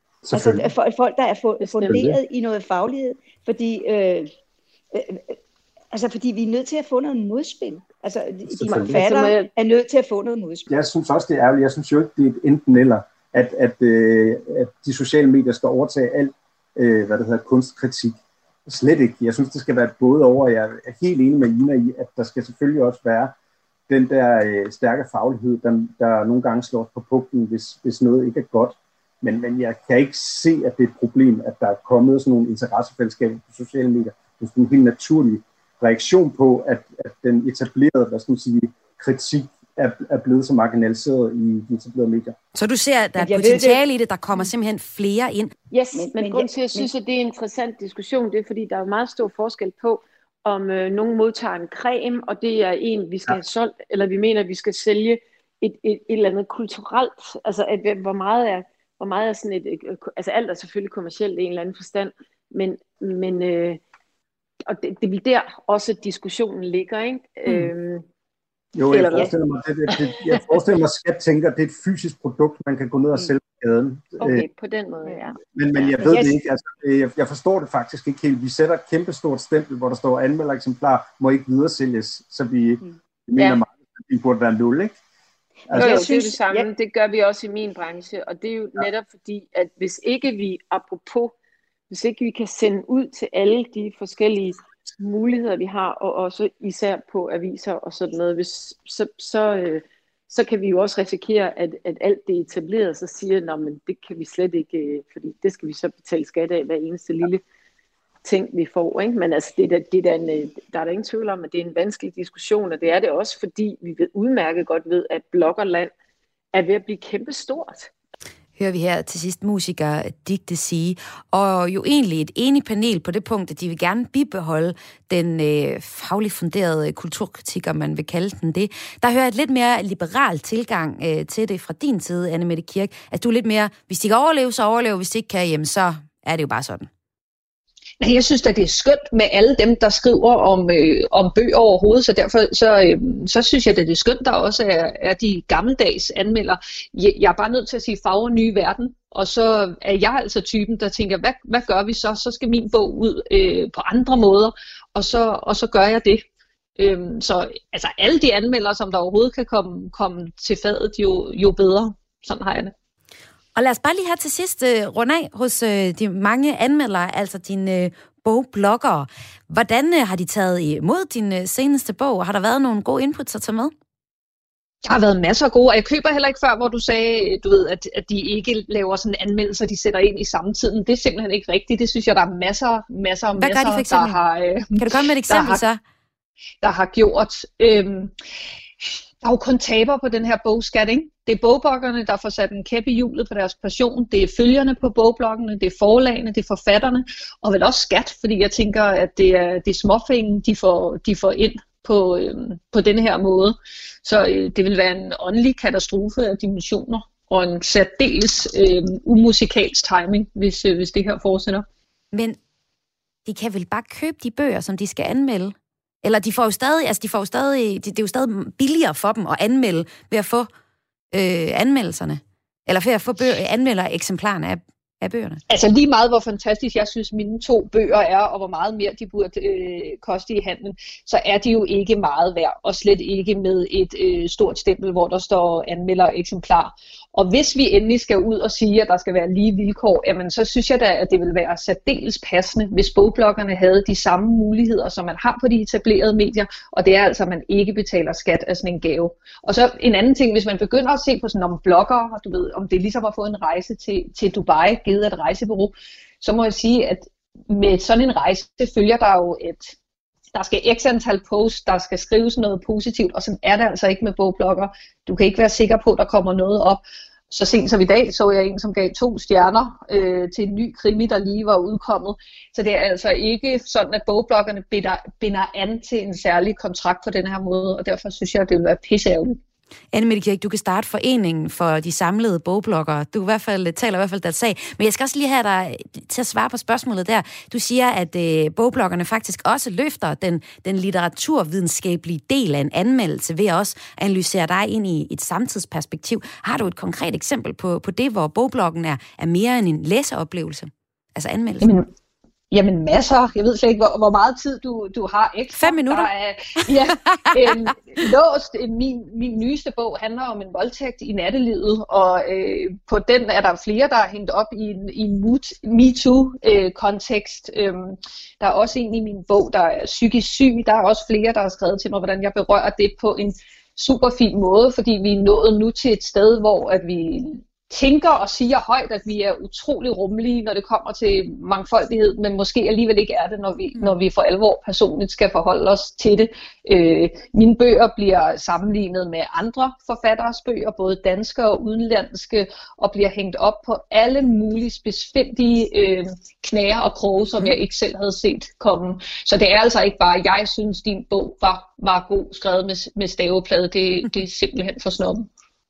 Altså folk, der er funderet i noget faglighed, fordi, øh, øh, altså, fordi vi er nødt til at få noget modspil. Altså, de forfattere er nødt til at få noget modspil. Jeg synes også, det er ærgerligt. Jeg synes jo ikke, det er et enten eller, at, at, øh, at de sociale medier skal overtage alt, øh, hvad det hedder, kunstkritik. Slet ikke. Jeg synes, det skal være et både over. Jeg er helt enig med Ina i, at der skal selvfølgelig også være den der øh, stærke faglighed, der, der nogle gange slår på puklen, hvis, hvis noget ikke er godt. Men, men jeg kan ikke se, at det er et problem, at der er kommet sådan nogle interessefællesskaber på sociale medier. Det er en helt naturlig reaktion på, at, at den etablerede, hvad skal man sige, kritik er, er blevet så marginaliseret i de etablerede medier. Så du ser, at der er potentiale i det, der kommer simpelthen flere ind? Yes, men, men, men grund til, at jeg synes, at det er en interessant diskussion, det er, fordi der er meget stor forskel på, om øh, nogen modtager en creme, og det er en, vi skal ja. have solgt, eller vi mener, at vi skal sælge et, et, et eller andet kulturelt. Altså, at, hvor meget er Hvor meget er sådan et, altså alt er selvfølgelig kommercielt i en eller anden forstand, men, men øh, og det, det vil der også diskussionen ligger, ikke? Mm. Øhm, jo, jeg forestiller mig, det, det, det, jeg forestiller mig, at skat tænker, at det er et fysisk produkt, man kan gå ned og sælge på gaden. Okay, på den måde, ja. Men, men jeg ved yes. det ikke, altså, jeg, jeg forstår det faktisk ikke helt. Vi sætter et kæmpestort stempel, hvor der står anmeldereksemplar, må ikke videresælges, så vi mm. mener ja. meget, at vi burde være nul, ikke? Altså, jeg synes, det er det samme. Ja. Det gør vi også i min branche, og det er jo ja. netop fordi, at hvis ikke vi, apropos, hvis ikke vi kan sende ud til alle de forskellige muligheder, vi har, og også især på aviser og sådan noget, hvis, så, så, øh, så kan vi jo også risikere, at, at alt det etablerede, så siger, men det kan vi slet ikke, øh, fordi det skal vi så betale skat af hver eneste lille ting, vi får, ikke? Men altså, det er, det er der, en, der er der ingen tvivl om, at det er en vanskelig diskussion, og det er det også, fordi vi ved, udmærket godt ved, at bloggerland er ved at blive kæmpestort. Hører vi her til sidst musiker Digte sige, og jo egentlig et enigt panel på det punkt, at de vil gerne bibeholde den øh, fagligt funderede kulturkritik, om man vil kalde den det. Der hører et lidt mere liberal tilgang øh, til det fra din side, Anne Mette Kirk, at du er lidt mere, hvis de kan overleve, så overleve, hvis de ikke kan, jamen så er det jo bare sådan. Nej, jeg synes at det er skønt med alle dem, der skriver om, øh, om bøger overhovedet, så derfor så, øh, så synes jeg, at det er skønt, der også er, er de gammeldags anmelder. Jeg, jeg er bare nødt til at sige farver nye verden, og så er jeg altså typen, der tænker, hvad, hvad gør vi så? Så skal min bog ud øh, på andre måder, og så, og så gør jeg det. Øhm, så altså alle de anmeldere, som der overhovedet kan komme, komme til fadet, jo, jo bedre. Sådan har jeg det. Og lad os bare lige her til sidst uh, runde af hos uh, de mange anmeldere, altså dine uh, bogbloggere. Hvordan uh, har de taget imod din uh, seneste bog? Har der været nogle gode inputs at tage med? Der har været masser af gode, og jeg køber heller ikke før, hvor du sagde, du ved, at, at de ikke laver sådan anmeldelser, de sætter ind i samtiden. Det er simpelthen ikke rigtigt. Det synes jeg, der er masser, masser og masser, Hvad gør de for eksempel? Der har... Øh, kan du komme med et eksempel der så? Har, der har gjort... Øh, Der er jo kun taber på den her bogskat, ikke? Det er bogbloggerne, der får sat en kæp i hjulet på deres passion. Det er følgerne på bogbloggene, det er forlagene, det er forfatterne, og vel også skat, fordi jeg tænker, at det er, det er småfingen, de får, de får ind på, øhm, på denne her måde. Så øh, det vil være en åndelig katastrofe af dimensioner, og en særdeles øh, umusikalsk timing, hvis, øh, hvis det her fortsætter. Men de kan vel bare købe de bøger, som de skal anmelde? Eller de får jo stadig, altså de får jo stadig, det, det er jo stadig billigere for dem at anmelde ved at få øh, anmeldelserne. Eller ved at få bøger, anmelder eksemplarerne af, af bøgerne? Altså lige meget, hvor fantastisk jeg synes, mine to bøger er, og hvor meget mere de burde øh, koste i handlen, så er de jo ikke meget værd, og slet ikke med et øh, stort stempel, hvor der står anmelder eksemplar. Og hvis vi endelig skal ud og sige, at der skal være lige vilkår, jamen så synes jeg da, at det vil være særdeles passende, hvis bogbloggerne havde de samme muligheder, som man har på de etablerede medier, og det er altså, at man ikke betaler skat af sådan en gave. Og så en anden ting, hvis man begynder at se på sådan nogle blogger, du ved, om det er ligesom at få en rejse til, til Dubai, givet af et rejsebureau, så må jeg sige, at med sådan en rejse følger der jo et... Der skal x antal posts, der skal skrives noget positivt, og sådan er det altså ikke med bogblogger. Du kan ikke være sikker på, at der kommer noget op. Så sent som i dag så jeg en, som gav to stjerner øh, til en ny krimi, der lige var udkommet. Så det er altså ikke sådan, at bogbloggerne binder, binder an til en særlig kontrakt på den her måde, og derfor synes jeg, at det vil være pisseærgerligt. Anne-Mette Kirk, du kan starte foreningen for de samlede bogbloggere. Du i hvert fald taler i hvert fald deres sag. Men jeg skal også lige have dig til at svare på spørgsmålet der. Du siger, at øh, bogbloggerne faktisk også løfter den, den litteraturvidenskabelige del af en anmeldelse ved at også analysere dig ind i et samtidsperspektiv. Har du et konkret eksempel på, på det, hvor bogbloggen er, er mere end en læseoplevelse? Altså anmeldelse? Jamen. Jamen masser. Jeg ved slet ikke, hvor, hvor meget tid du, du har ekstra. Fem minutter? Er, ja, øhm, låst. Min, min nyeste bog handler om en voldtægt i nattelivet, og øh, på den er der flere, der er hængt op i en, i en MeToo-kontekst. Øh, øhm, der er også en i min bog, der er psykisk syg. Der er også flere, der har skrevet til mig, hvordan jeg berører det på en super fin måde, fordi vi er nået nu til et sted, hvor at vi tænker og siger højt, at vi er utrolig rummelige, når det kommer til mangfoldighed, men måske alligevel ikke er det, når vi, når vi for alvor personligt skal forholde os til det. Øh, mine bøger bliver sammenlignet med andre forfatteres bøger, både danske og udenlandske, og bliver hængt op på alle mulige spidsfindige øh, knager og kroge, som jeg ikke selv havde set komme. Så det er altså ikke bare, jeg synes, din bog var, var god skrevet med, med staveplade. Det, det er simpelthen for snobbet.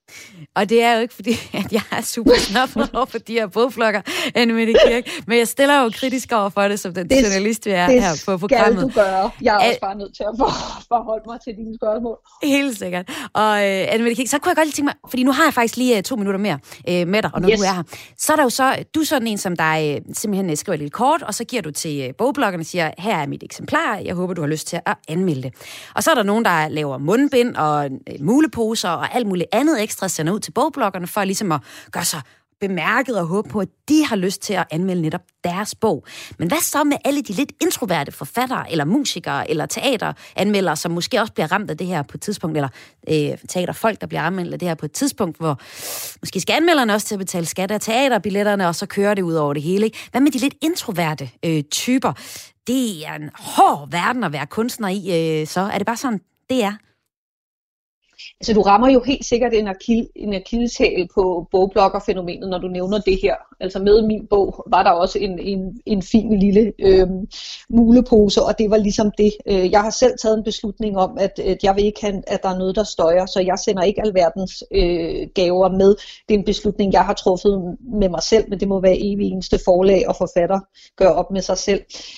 Og det er jo ikke fordi, at jeg er super snobbet over for de her bogblokker, Anne-Mette Kirk, men jeg stiller jo kritisk over for det, som den det, journalist, vi er her på programmet. Det skal du gøre. Jeg er også bare nødt til at forholde mig til dine spørgsmål. Helt sikkert. Og uh, Anne-Mette Kirk, så kunne jeg godt lige tænke mig, fordi nu har jeg faktisk lige uh, to minutter mere uh, med dig, og når yes. du er her. Så er der jo så, du er sådan en, som der uh, simpelthen uh, skriver lidt kort, og så giver du til uh, bogbloggerne og siger, her er mit eksemplar, jeg håber, du har lyst til at anmelde det. Og så er der nogen, der laver mundbind og uh, muleposer og alt muligt andet ekstra, sender ud til bogbloggerne for ligesom at gøre sig bemærket og håbe på, at de har lyst til at anmelde netop deres bog. Men hvad så med alle de lidt introverte forfattere, eller musikere, eller teateranmeldere, som måske også bliver ramt af det her på et tidspunkt, eller øh, teaterfolk, der bliver anmeldt af det her på et tidspunkt, hvor måske skal anmelderne også til at betale skat af teaterbilletterne, og så kører det ud over det hele. Ikke? Hvad med de lidt introverte øh, typer? Det er en hård verden at være kunstner i, øh, så er det bare sådan, det er. Altså, du rammer jo helt sikkert en, akil, en akilleshæl på bogbloggerfænomenet, når du nævner det her. Altså med min bog var der også en, en, en fin lille øh, mulepose, og det var ligesom det. Jeg har selv taget en beslutning om, at, at jeg vil ikke have, at der er noget, der støjer, så jeg sender ikke alverdens øh, gaver med. Det er en beslutning, jeg har truffet med mig selv, men det må være evig eneste forlag og forfatter gøre op med sig selv.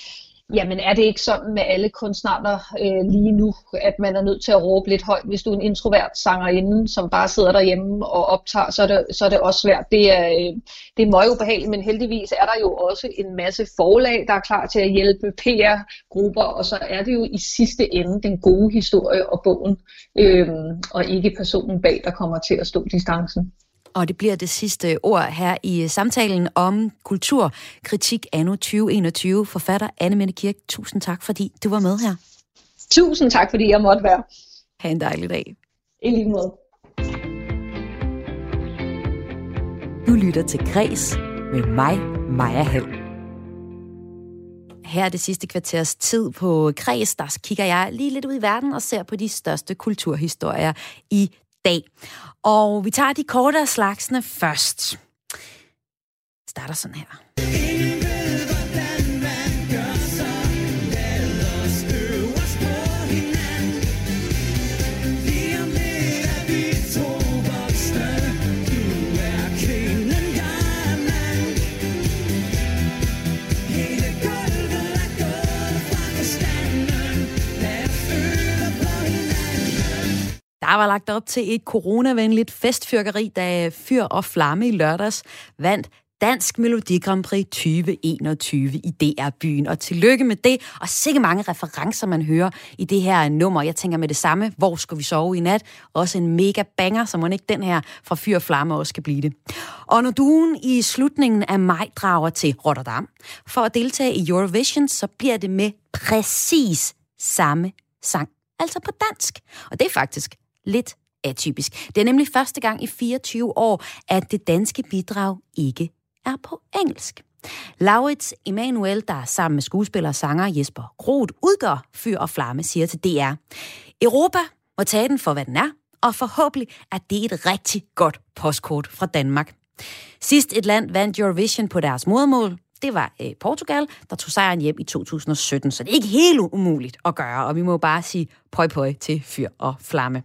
Jamen er det ikke sådan med alle kunstnere øh, lige nu, at man er nødt til at råbe lidt højt? Hvis du er en introvert sangerinde, som bare sidder derhjemme og optager, så er det, så er det også svært. Det er, øh, det er møgubehageligt, men heldigvis er der jo også en masse forlag, der er klar til at hjælpe, P R-grupper, og så er det jo i sidste ende den gode historie og bogen, øh, og ikke personen bag, der kommer til at stå distancen. Og det bliver det sidste ord her i samtalen om kulturkritik anno tyve enogtyve. Forfatter Anne-Mette Kirk, tusind tak, fordi du var med her. Tusind tak, fordi jeg måtte være. Ha' en dejlig dag. I lige måde. Du lytter til Kreds med mig, Maja Hall. Her er det sidste kvarters tid på Kreds. Der kigger jeg lige lidt ud i verden og ser på de største kulturhistorier i dag. Og vi tager de korte af slagsene først. Starter sådan her. Der var lagt op til et coronavenligt festfyrkeri, da Fyr og Flamme i lørdags vandt Dansk Melodi Grand Prix tyve enogtyve i D R-byen. Og tillykke med det, og sikkert mange referencer, man hører i det her nummer. Jeg tænker med det samme, hvor skal vi sove i nat? Også en mega banger, så må ikke den her fra Fyr og Flamme også skal blive det. Og når duen i slutningen af maj drager til Rotterdam for at deltage i Eurovision, så bliver det med præcis samme sang. Altså på dansk. Og det er faktisk lidt atypisk. Det er nemlig første gang i fireogtyve år, at det danske bidrag ikke er på engelsk. Laurits Emanuel, der sammen med skuespiller og sanger Jesper Groth udgør Fyr og Flamme, siger til D R: Europa må tage den for, hvad den er, og forhåbentlig er det et rigtig godt postkort fra Danmark. Sidst et land vandt Eurovision på deres modermål, det var øh, Portugal, der tog sejren hjem i to tusind og sytten, så det er ikke helt umuligt at gøre, og vi må bare sige pøj pøj til Fyr og Flamme.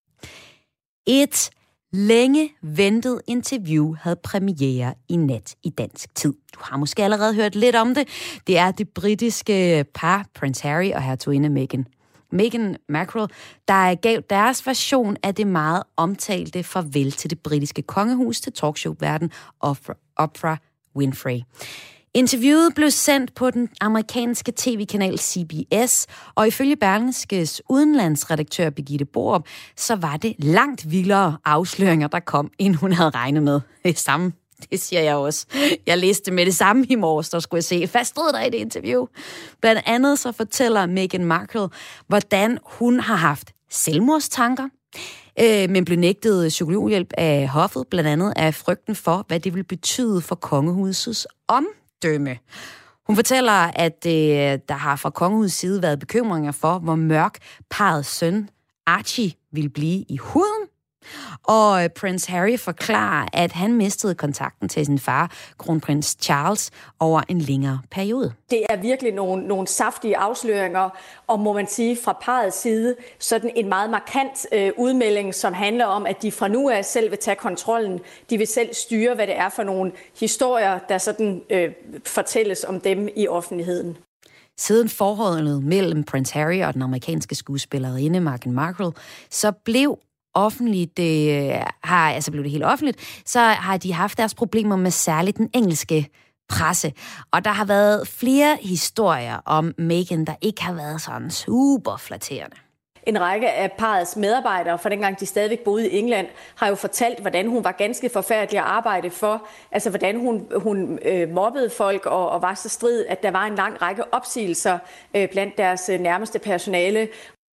Et længe ventet interview havde premiere i nat i dansk tid. Du har måske allerede hørt lidt om det. Det er det britiske par, Prince Harry og hertuginde Meghan. Meghan Markle, der gav deres version af det meget omtalte farvel til det britiske kongehus til talkshow-verden Oprah Winfrey. Interviewet blev sendt på den amerikanske tv-kanal C B S, og ifølge Berlingskes udenlandsredaktør Birgitte Borup, så var det langt vildere afsløringer, der kom, end hun havde regnet med. Det samme, det siger jeg også. Jeg læste med det samme i morges, der skulle jeg se, hvad stod der i det interview? Blandt andet så fortæller Meghan Markle, hvordan hun har haft selvmordstanker, øh, men blev nægtet psykologhjælp af hoffet, blandt andet af frygten for, hvad det vil betyde for kongehusets om. Dømme. Hun fortæller, at øh, der har fra kongehusets side været bekymringer for, hvor mørk parrets søn Archie vil blive i huden. Og øh, Prince Harry forklarer, at han mistede kontakten til sin far, kronprins Charles, over en længere periode. Det er virkelig nogle, nogle saftige afsløringer, og må man sige fra parrets side, sådan en meget markant øh, udmelding, som handler om, at de fra nu af selv vil tage kontrollen. De vil selv styre, hvad det er for nogle historier, der sådan øh, fortælles om dem i offentligheden. Siden forholdet mellem Prince Harry og den amerikanske skuespillerinde Meghan Markle, så blev offentligt, det har, altså blev det helt offentligt, så har de haft deres problemer med særligt den engelske presse. Og der har været flere historier om Meghan, der ikke har været sådan super flatterende. En række af parrets medarbejdere, for dengang de stadigvæk boede i England, har jo fortalt, hvordan hun var ganske forfærdelig at arbejde for. Altså, hvordan hun, hun øh, mobbede folk og, og var så strid, at der var en lang række opsigelser øh, blandt deres øh, nærmeste personale.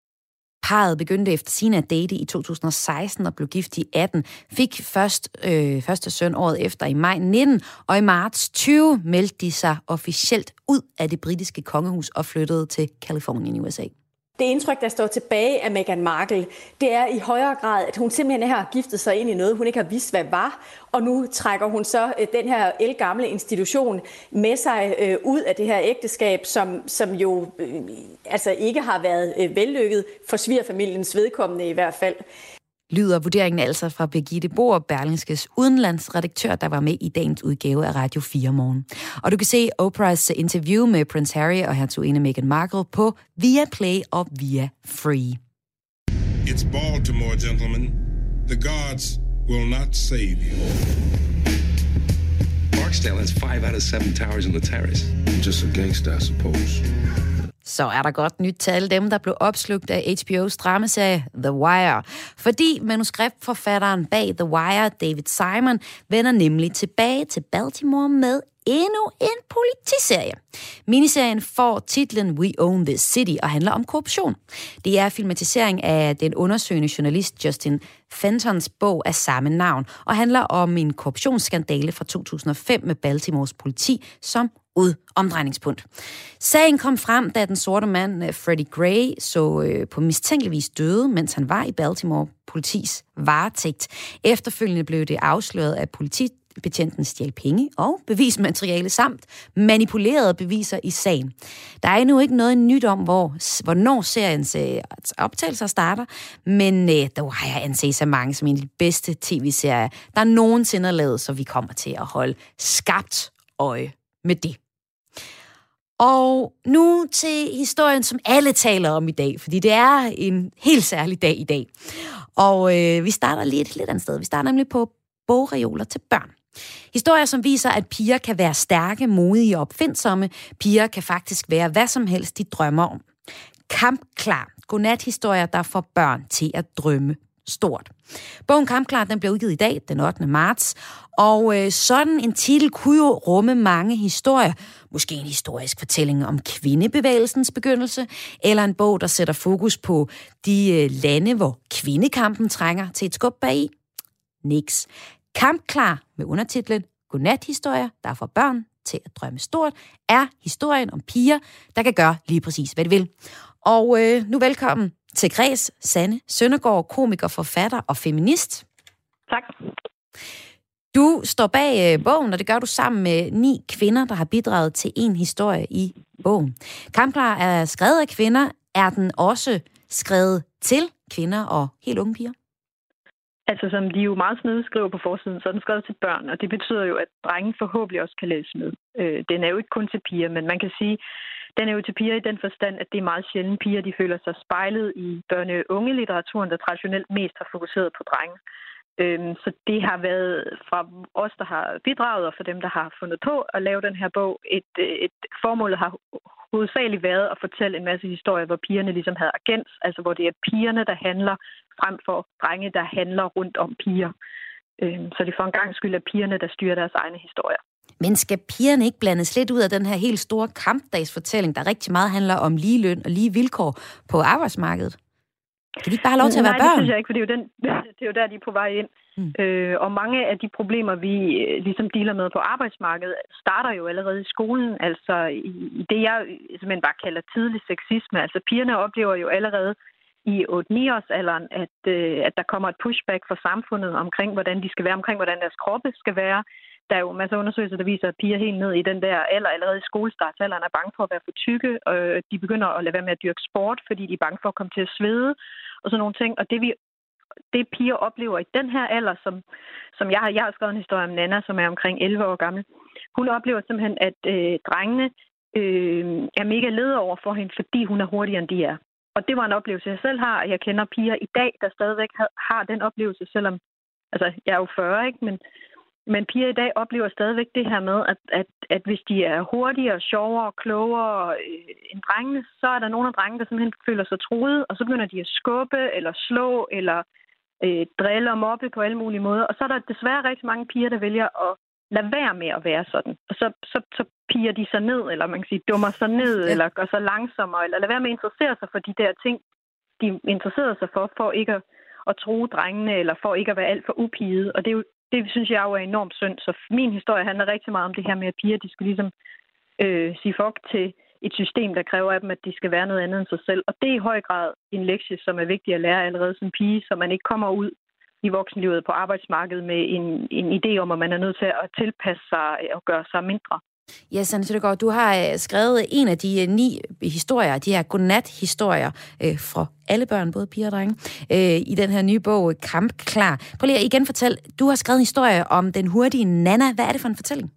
Parret begyndte efter sine at date i to tusind og seksten og blev gift i atten, fik først øh, første søn året efter i maj nitten, og i marts tyve meldte de sig officielt ud af det britiske kongehus og flyttede til Californien i U S A. Det indtryk, der står tilbage af Meghan Markle, det er i højere grad, at hun simpelthen har giftet sig ind i noget, hun ikke har vidst, hvad var. Og nu trækker hun så den her ældgamle institution med sig øh, ud af det her ægteskab, som, som jo øh, altså ikke har været øh, vellykket for svigerfamiliens vedkommende i hvert fald. Lyder vurderingen altså fra Birgitte Borup, Berlingskes udenlandsredaktør, der var med i dagens udgave af Radio fire Morgen. Og du kan se Oprahs interview med Prince Harry og hertuginde Meghan Markle på Viaplay og via Free. It's Baltimore, gentlemen. The gods will not save you. Barksdale has five out of seven towers in the terrace. I'm just a gangster, I suppose. Så er der godt nyt til alle dem, der blev opslugt af H B O's dramaserie The Wire. Fordi manuskriptforfatteren bag The Wire, David Simon, vender nemlig tilbage til Baltimore med endnu en politiserie. Miniserien får titlen We Own This City og handler om korruption. Det er filmatisering af den undersøgende journalist Justin Fentons bog af samme navn, og handler om en korruptionsskandale fra to tusind og fem med Baltimores politi som omdrejningspunkt. Sagen kom frem, da den sorte mand Freddie Gray så øh, på mistænkeligvis døde, mens han var i Baltimore politis varetægt. Efterfølgende blev det afsløret, at politibetjenten stjal penge og bevismateriale samt manipulerede beviser i sagen. Der er endnu ikke noget nyt om, hvor, hvornår seriens øh, optagelser starter, men øh, der har jeg anset så mange som en af de bedste tv-serier, der nogensinde er lavet, så vi kommer til at holde skarpt øje med det. Og nu til historien, som alle taler om i dag, fordi det er en helt særlig dag i dag. Og øh, vi starter lige et lidt andet sted. Vi starter nemlig på bogreoler til børn. Historier, som viser, at piger kan være stærke, modige og opfindsomme. Piger kan faktisk være hvad som helst, de drømmer om. Kampklar. Godnat-historier, der får børn til at drømme stort. Bogen Kampklar, den bliver udgivet i dag, den ottende marts, og øh, sådan en titel kunne jo rumme mange historier. Måske en historisk fortælling om kvindebevægelsens begyndelse, eller en bog, der sætter fokus på de øh, lande, hvor kvindekampen trænger til et skub bagi. Niks. Kampklar med undertitlen Godnat-historier, der får børn til at drømme stort, er historien om piger, der kan gøre lige præcis, hvad de vil. Og øh, nu velkommen til Græs, Sanne Søndergaard, komiker, forfatter og feminist. Tak. Du står bag øh, bogen, og det gør du sammen med ni kvinder, der har bidraget til en historie i bogen. Kampklar er skrevet af kvinder. Er den også skrevet til kvinder og helt unge piger? Altså, som de jo meget snedigt skriver på forsiden, så er den skrevet til børn, og det betyder jo, at drengen forhåbentlig også kan læse med. Øh, den er jo ikke kun til piger, men man kan sige, den er jo til piger i den forstand, at det er meget sjældent piger, de føler sig spejlet i børne- og unge-litteraturen, der traditionelt mest har fokuseret på drenge. Øhm, så det har været fra os, der har bidraget, og for dem, der har fundet på at lave den her bog, et, et formål har hovedsageligt været at fortælle en masse historier, hvor pigerne ligesom havde agens, altså hvor det er pigerne, der handler, frem for drenge, der handler rundt om piger. Øhm, så det for en gang skyld er pigerne, der styrer deres egne historier. Men skal pigerne ikke blandes lidt ud af den her helt store kampdagsfortælling, der rigtig meget handler om lige løn og lige vilkår på arbejdsmarkedet? Kan de ikke bare have lov til at være børn? Nej, det børn? synes jeg ikke, for det er jo, den, det er jo der, de er på vej ind. Mm. Øh, og mange af de problemer, vi ligesom dealer med på arbejdsmarkedet, starter jo allerede i skolen. Altså i, i det, jeg simpelthen bare kalder tidlig sexisme. Altså pigerne oplever jo allerede i otte-ni års alderen, at, øh, at der kommer et pushback fra samfundet omkring, hvordan de skal være, omkring hvordan deres kroppe skal være. Der er jo masser af undersøgelser, der viser, at piger helt ned i den der alder, allerede i skolestartsalderen, er bange for at være for tykke. Og de begynder at lade være med at dyrke sport, fordi de er bange for at komme til at svede og sådan nogle ting. Og det, vi, det piger oplever i den her alder, som, som jeg har, jeg har skrevet en historie om Nana, som er omkring elleve år gammel. Hun oplever simpelthen, at øh, drengene øh, er mega lede over for hende, fordi hun er hurtigere, end de er. Og det var en oplevelse, jeg selv har, og jeg kender piger i dag, der stadigvæk har den oplevelse, selvom, altså jeg er jo fyrre, ikke, men Men piger i dag oplever stadigvæk det her med, at, at, at hvis de er hurtigere, sjovere, klogere øh, end drengene, så er der nogle af drengene, der simpelthen føler sig truet, og så begynder de at skubbe, eller slå, eller øh, drille og mobbe på alle mulige måder. Og så er der desværre rigtig mange piger, der vælger at lade være med at være sådan. Og så, så, så piger de sig ned, eller man kan sige, dummer sig ned, ja. Eller gør sig langsommere, eller lade være med at interessere sig for de der ting, de interesserer sig for, for ikke at, at true drengene, eller for ikke at være alt for upigede. Og det er jo Det synes jeg jo er enormt synd. Så min historie handler rigtig meget om det her med, at piger de skal ligesom øh, sige fuck til et system, der kræver af dem, at de skal være noget andet end sig selv. Og det er i høj grad en lektie, som er vigtig at lære allerede som pige, så man ikke kommer ud i voksenlivet på arbejdsmarkedet med en, en idé om, at man er nødt til at tilpasse sig og gøre sig mindre. Ja, Sanne Søndergaard, du har skrevet en af de ni historier, de her godnat-historier øh, for alle børn, både piger og drenge, øh, i den her nye bog, Kampklar. Prøv lige at igen fortælle, du har skrevet en historie om den hurtige Nana. Hvad er det for en fortælling?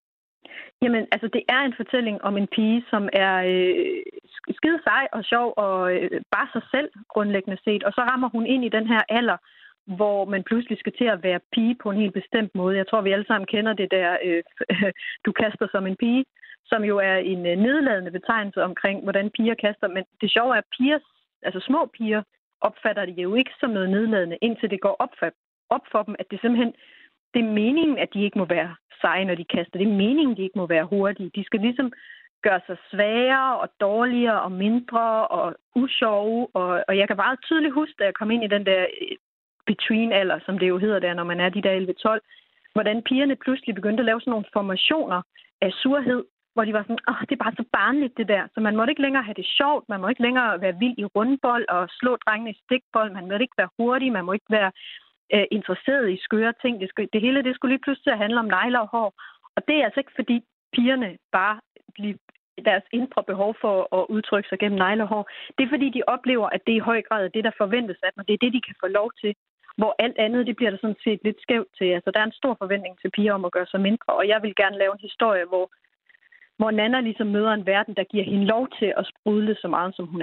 Jamen, altså det er en fortælling om en pige, som er øh, skide sej og sjov og øh, bare sig selv grundlæggende set. Og så rammer hun ind i den her alder, hvor man pludselig skal til at være pige på en helt bestemt måde. Jeg tror, vi alle sammen kender det der, øh, du kaster som en pige, som jo er en øh, nedladende betegnelse omkring, hvordan piger kaster. Men det sjove er, at piger, altså små piger, opfatter det jo ikke som noget nedladende, indtil det går op for, op for dem, at det simpelthen, det er meningen, at de ikke må være seje, når de kaster. Det er meningen, at de ikke må være hurtige. De skal ligesom gøre sig svagere og dårligere og mindre og usjove. Og, og jeg kan bare tydeligt huske, da jeg kom ind i den der between alder, som det jo hedder der, når man er de der elleve tolv, hvordan pigerne pludselig begyndte at lave sådan nogle formationer af surhed, hvor de var sådan, åh, det er bare så barnligt det der. Så man måtte ikke længere have det sjovt, man må ikke længere være vild i rundbold og slå drengene i stikbold, man må ikke være hurtig, man må ikke være øh, interesseret i skøre ting. Det, skulle, det hele, det skulle lige pludselig handle om negler og hår. Og det er altså ikke, fordi pigerne bare bliver deres indre behov for at udtrykke sig gennem negler og hår. Det er, fordi de oplever, at det i høj grad er det, der forventes af dem, og det er det, de kan få lov til. Hvor alt andet, det bliver der sådan set lidt skævt til. Altså, der er en stor forventning til piger om at gøre sig mindre, og jeg vil gerne lave en historie, hvor, hvor Nana ligesom møder en verden, der giver hende lov til at sprudle så meget, som hun er.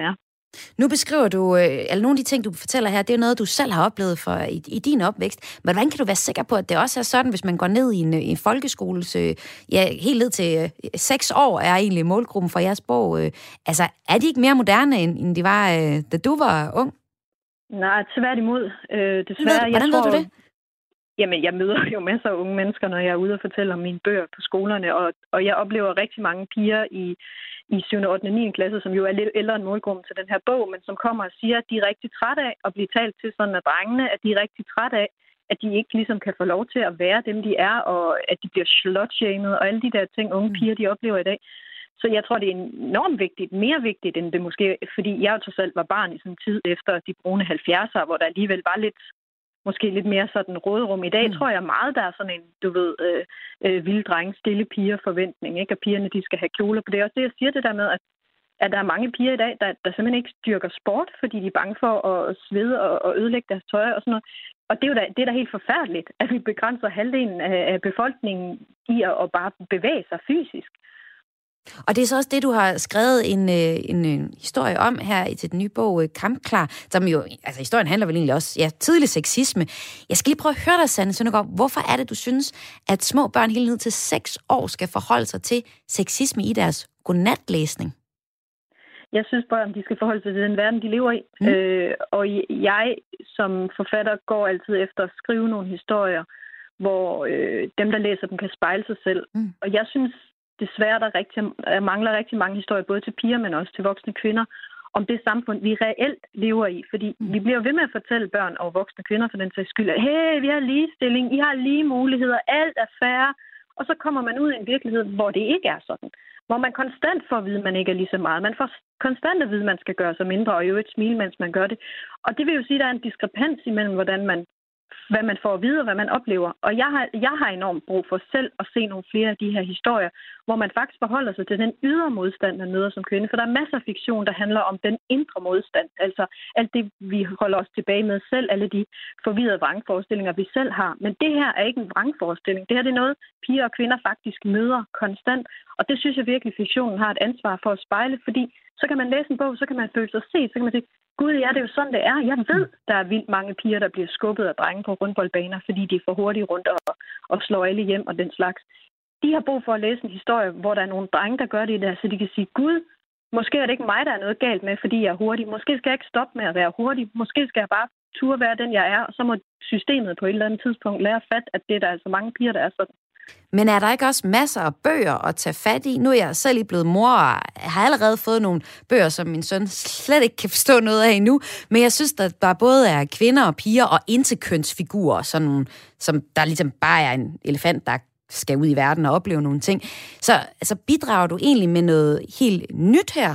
Nu beskriver du, eller nogle af de ting, du fortæller her, det er noget, du selv har oplevet for, i, i din opvækst. Men hvordan kan du være sikker på, at det også er sådan, hvis man går ned i en, en folkeskole, så, ja, helt ned til øh, seks år er egentlig målgruppen for jeres bog. Øh, altså, er de ikke mere moderne, end, end de var, øh, da du var ung? Nej, tværtimod. Øh, desværre, hvordan jeg tror, ved du det? Jamen, jeg møder jo masser af unge mennesker, når jeg er ude og fortælle om mine bøger på skolerne, og, og jeg oplever rigtig mange piger i, i syvende, ottende og niende klasse, som jo er lidt ældre end målgruppen til den her bog, men som kommer og siger, at de er rigtig trætte af at blive talt til sådan af drengene, at de er rigtig trætte af, at de ikke ligesom kan få lov til at være dem, de er, og at de bliver slutshamed, og alle de der ting, unge piger, de oplever i dag. Så jeg tror, det er enormt vigtigt, mere vigtigt end det måske, fordi jeg jo trods alt var barn i sådan en tid efter de brune halvfjerdser, hvor der alligevel var lidt måske lidt mere sådan råderum. I dag mm. tror jeg meget, der er sådan en, du ved, øh, øh, vilde drenge, stille piger forventning, ikke? At pigerne, de skal have kjoler på det. Og også det, jeg siger det der med, at, at der er mange piger i dag, der, der simpelthen ikke dyrker sport, fordi de er bange for at svede og, og ødelægge deres tøj og sådan noget. Og det er jo da, det er da helt forfærdeligt, at vi begrænser halvdelen af, af befolkningen i at, at bare bevæge sig fysisk. Og det er så også det, du har skrevet en, en, en historie om her til den nye bog, Kampklar, som jo, altså historien handler vel egentlig også, ja, tidlig sexisme. Jeg skal lige prøve at høre dig, Sanne Søndergaard, hvorfor er det, du synes, at små børn helt ned til seks år skal forholde sig til sexisme i deres godnatlæsning? Jeg synes bare, at de skal forholde sig til den verden, de lever i. Mm. Øh, og jeg som forfatter går altid efter at skrive nogle historier, hvor øh, dem, der læser dem, kan spejle sig selv. Mm. Og jeg synes desværre, der rigtig, mangler rigtig mange historier, både til piger, men også til voksne kvinder, om det samfund, vi reelt lever i. Fordi vi bliver ved med at fortælle børn og voksne kvinder for den sags skyld, at hey, vi har ligestilling, I har lige muligheder, alt er fair. Og så kommer man ud i en virkelighed, hvor det ikke er sådan. Hvor man konstant får at vide, at man ikke er lige så meget. Man får konstant at vide, at man skal gøre sig mindre, og jo et smil, mens man gør det. Og det vil jo sige, at der er en diskrepans imellem, hvordan man hvad man får at vide, og hvad man oplever. Og jeg har, jeg har enormt brug for selv at se nogle flere af de her historier, hvor man faktisk forholder sig til den ydre modstand, man møder som kvinde. For der er masser af fiktion, der handler om den indre modstand. Altså alt det, vi holder os tilbage med selv, alle de forvirrede vrangforestillinger, vi selv har. Men det her er ikke en vrangforestilling. Det her det er noget, piger og kvinder faktisk møder konstant. Og det synes jeg virkelig, fiktionen har et ansvar for at spejle, fordi så kan man læse en bog, så kan man føle sig set, så kan man sige, gud, ja, det er jo sådan, det er. Jeg ved, der er vildt mange piger, der bliver skubbet af drenge på rundboldbaner, fordi de er for hurtigt rundt og, og slår alle hjem og den slags. De har brug for at læse en historie, hvor der er nogle drenge, der gør det der, så de kan sige, gud, måske er det ikke mig, der er noget galt med, fordi jeg er hurtig. Måske skal jeg ikke stoppe med at være hurtig. Måske skal jeg bare turde være den, jeg er, og så må systemet på et eller andet tidspunkt lære fat, at det er der altså mange piger, der er sådan. Men er der ikke også masser af bøger at tage fat i? Nu er jeg selv lige blevet mor, og har allerede fået nogle bøger, som min søn slet ikke kan forstå noget af endnu. Men jeg synes, at der både er kvinder og piger og interkønsfigurer, sådan nogle, som der ligesom bare er en elefant, der skal ud i verden og opleve nogle ting. Så altså, bidrager du egentlig med noget helt nyt her?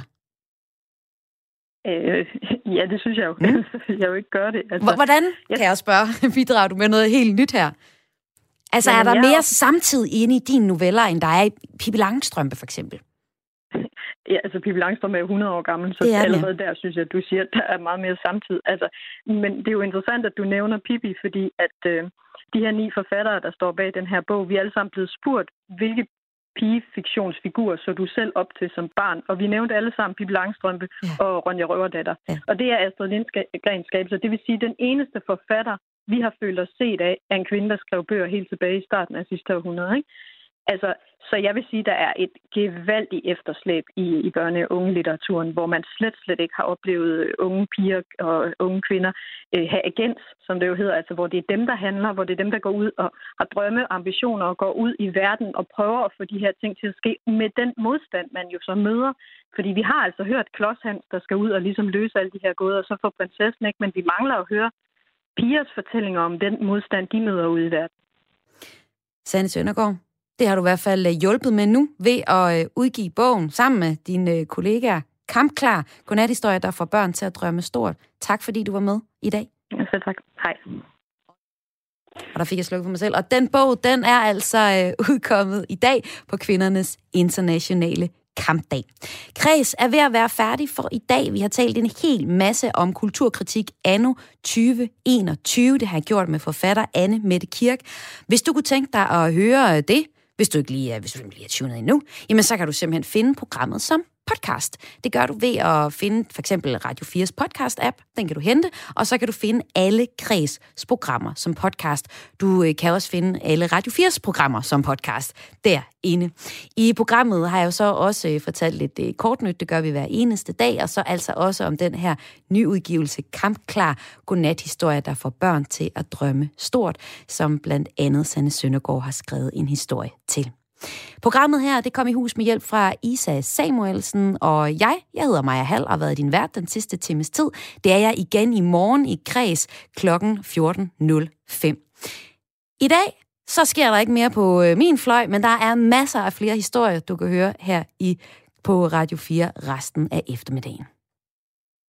Øh, ja, det synes jeg jo. Mm. Jeg jo ikke gør det. Altså, Hvordan, kan jeg spørge, bidrager du med noget helt nyt her? Altså, Jamen, er der mere jeg... samtid inde i dine noveller, end der er i Pippi Langstrømpe, for eksempel? Ja, altså Pippi Langstrømpe er hundrede år gammel, så er allerede der synes jeg, at du siger, at der er meget mere samtid. Altså, men det er jo interessant, at du nævner Pippi, fordi at øh, de her ni forfattere, der står bag den her bog, vi er alle sammen blevet spurgt, hvilke pigefiktionsfigurer så du selv op til som barn. Og vi nævnte alle sammen Pippi Langstrømpe ja. og Ronja Røverdatter. Ja. Og det er Astrid Lindgrens skabelse. Det vil sige, at den eneste forfatter, vi har følt os set af, af en kvinde, der skrev bøger helt tilbage i starten af sidste århundrede. Ikke? Altså, så jeg vil sige, at der er et gevaldigt efterslæb i, i børne- og unge-litteraturen, hvor man slet, slet ikke har oplevet unge piger og unge kvinder øh, have agens, som det jo hedder, altså hvor det er dem, der handler, hvor det er dem, der går ud og har drømme, ambitioner og går ud i verden og prøver at få de her ting til at ske med den modstand, man jo så møder. Fordi vi har altså hørt Klodshans, der skal ud og ligesom løse alle de her gåder, og så får prinsessen ikke, men vi mangler at høre pigers fortællinger om den modstand, de møder ude i verden. Sanne Søndergaard, det har du i hvert fald hjulpet med nu ved at udgive bogen sammen med dine kollegaer. Kampklar, godnathistorie, der får børn til at drømme stort. Tak fordi du var med i dag. Ja, selv tak. Hej. Og der fik jeg slukket for mig selv. Og den bog, den er altså øh, udkommet i dag på kvindernes internationale kampdag. Kreds er ved at være færdig for i dag. Vi har talt en hel masse om kulturkritik anno tyve enogtyve. Det har jeg gjort med forfatter Anne Mette Kirk. Hvis du kunne tænke dig at høre det, hvis du ikke lige er, hvis du ikke lige er tunet endnu, jamen så kan du simpelthen finde programmet som podcast. Det gør du ved at finde for eksempel Radio fires podcast-app. Den kan du hente, og så kan du finde alle Kreds programmer som podcast. Du øh, kan også finde alle Radio fires programmer som podcast derinde. I programmet har jeg jo så også øh, fortalt lidt øh, kortnyt, det gør vi hver eneste dag, og så altså også om den her nyudgivelse Kampklar godnat-historie, der får børn til at drømme stort, som blandt andet Sanne Søndergaard har skrevet en historie til. Programmet her, det kom i hus med hjælp fra Isa Samuelsen, og jeg, jeg hedder Maja Hall og har været din vært den sidste times tid. Det er jeg igen i morgen i Kreds klokken fjorten nul fem. I dag, så sker der ikke mere på øh, min fløj, men der er masser af flere historier, du kan høre her i på Radio fire resten af eftermiddagen.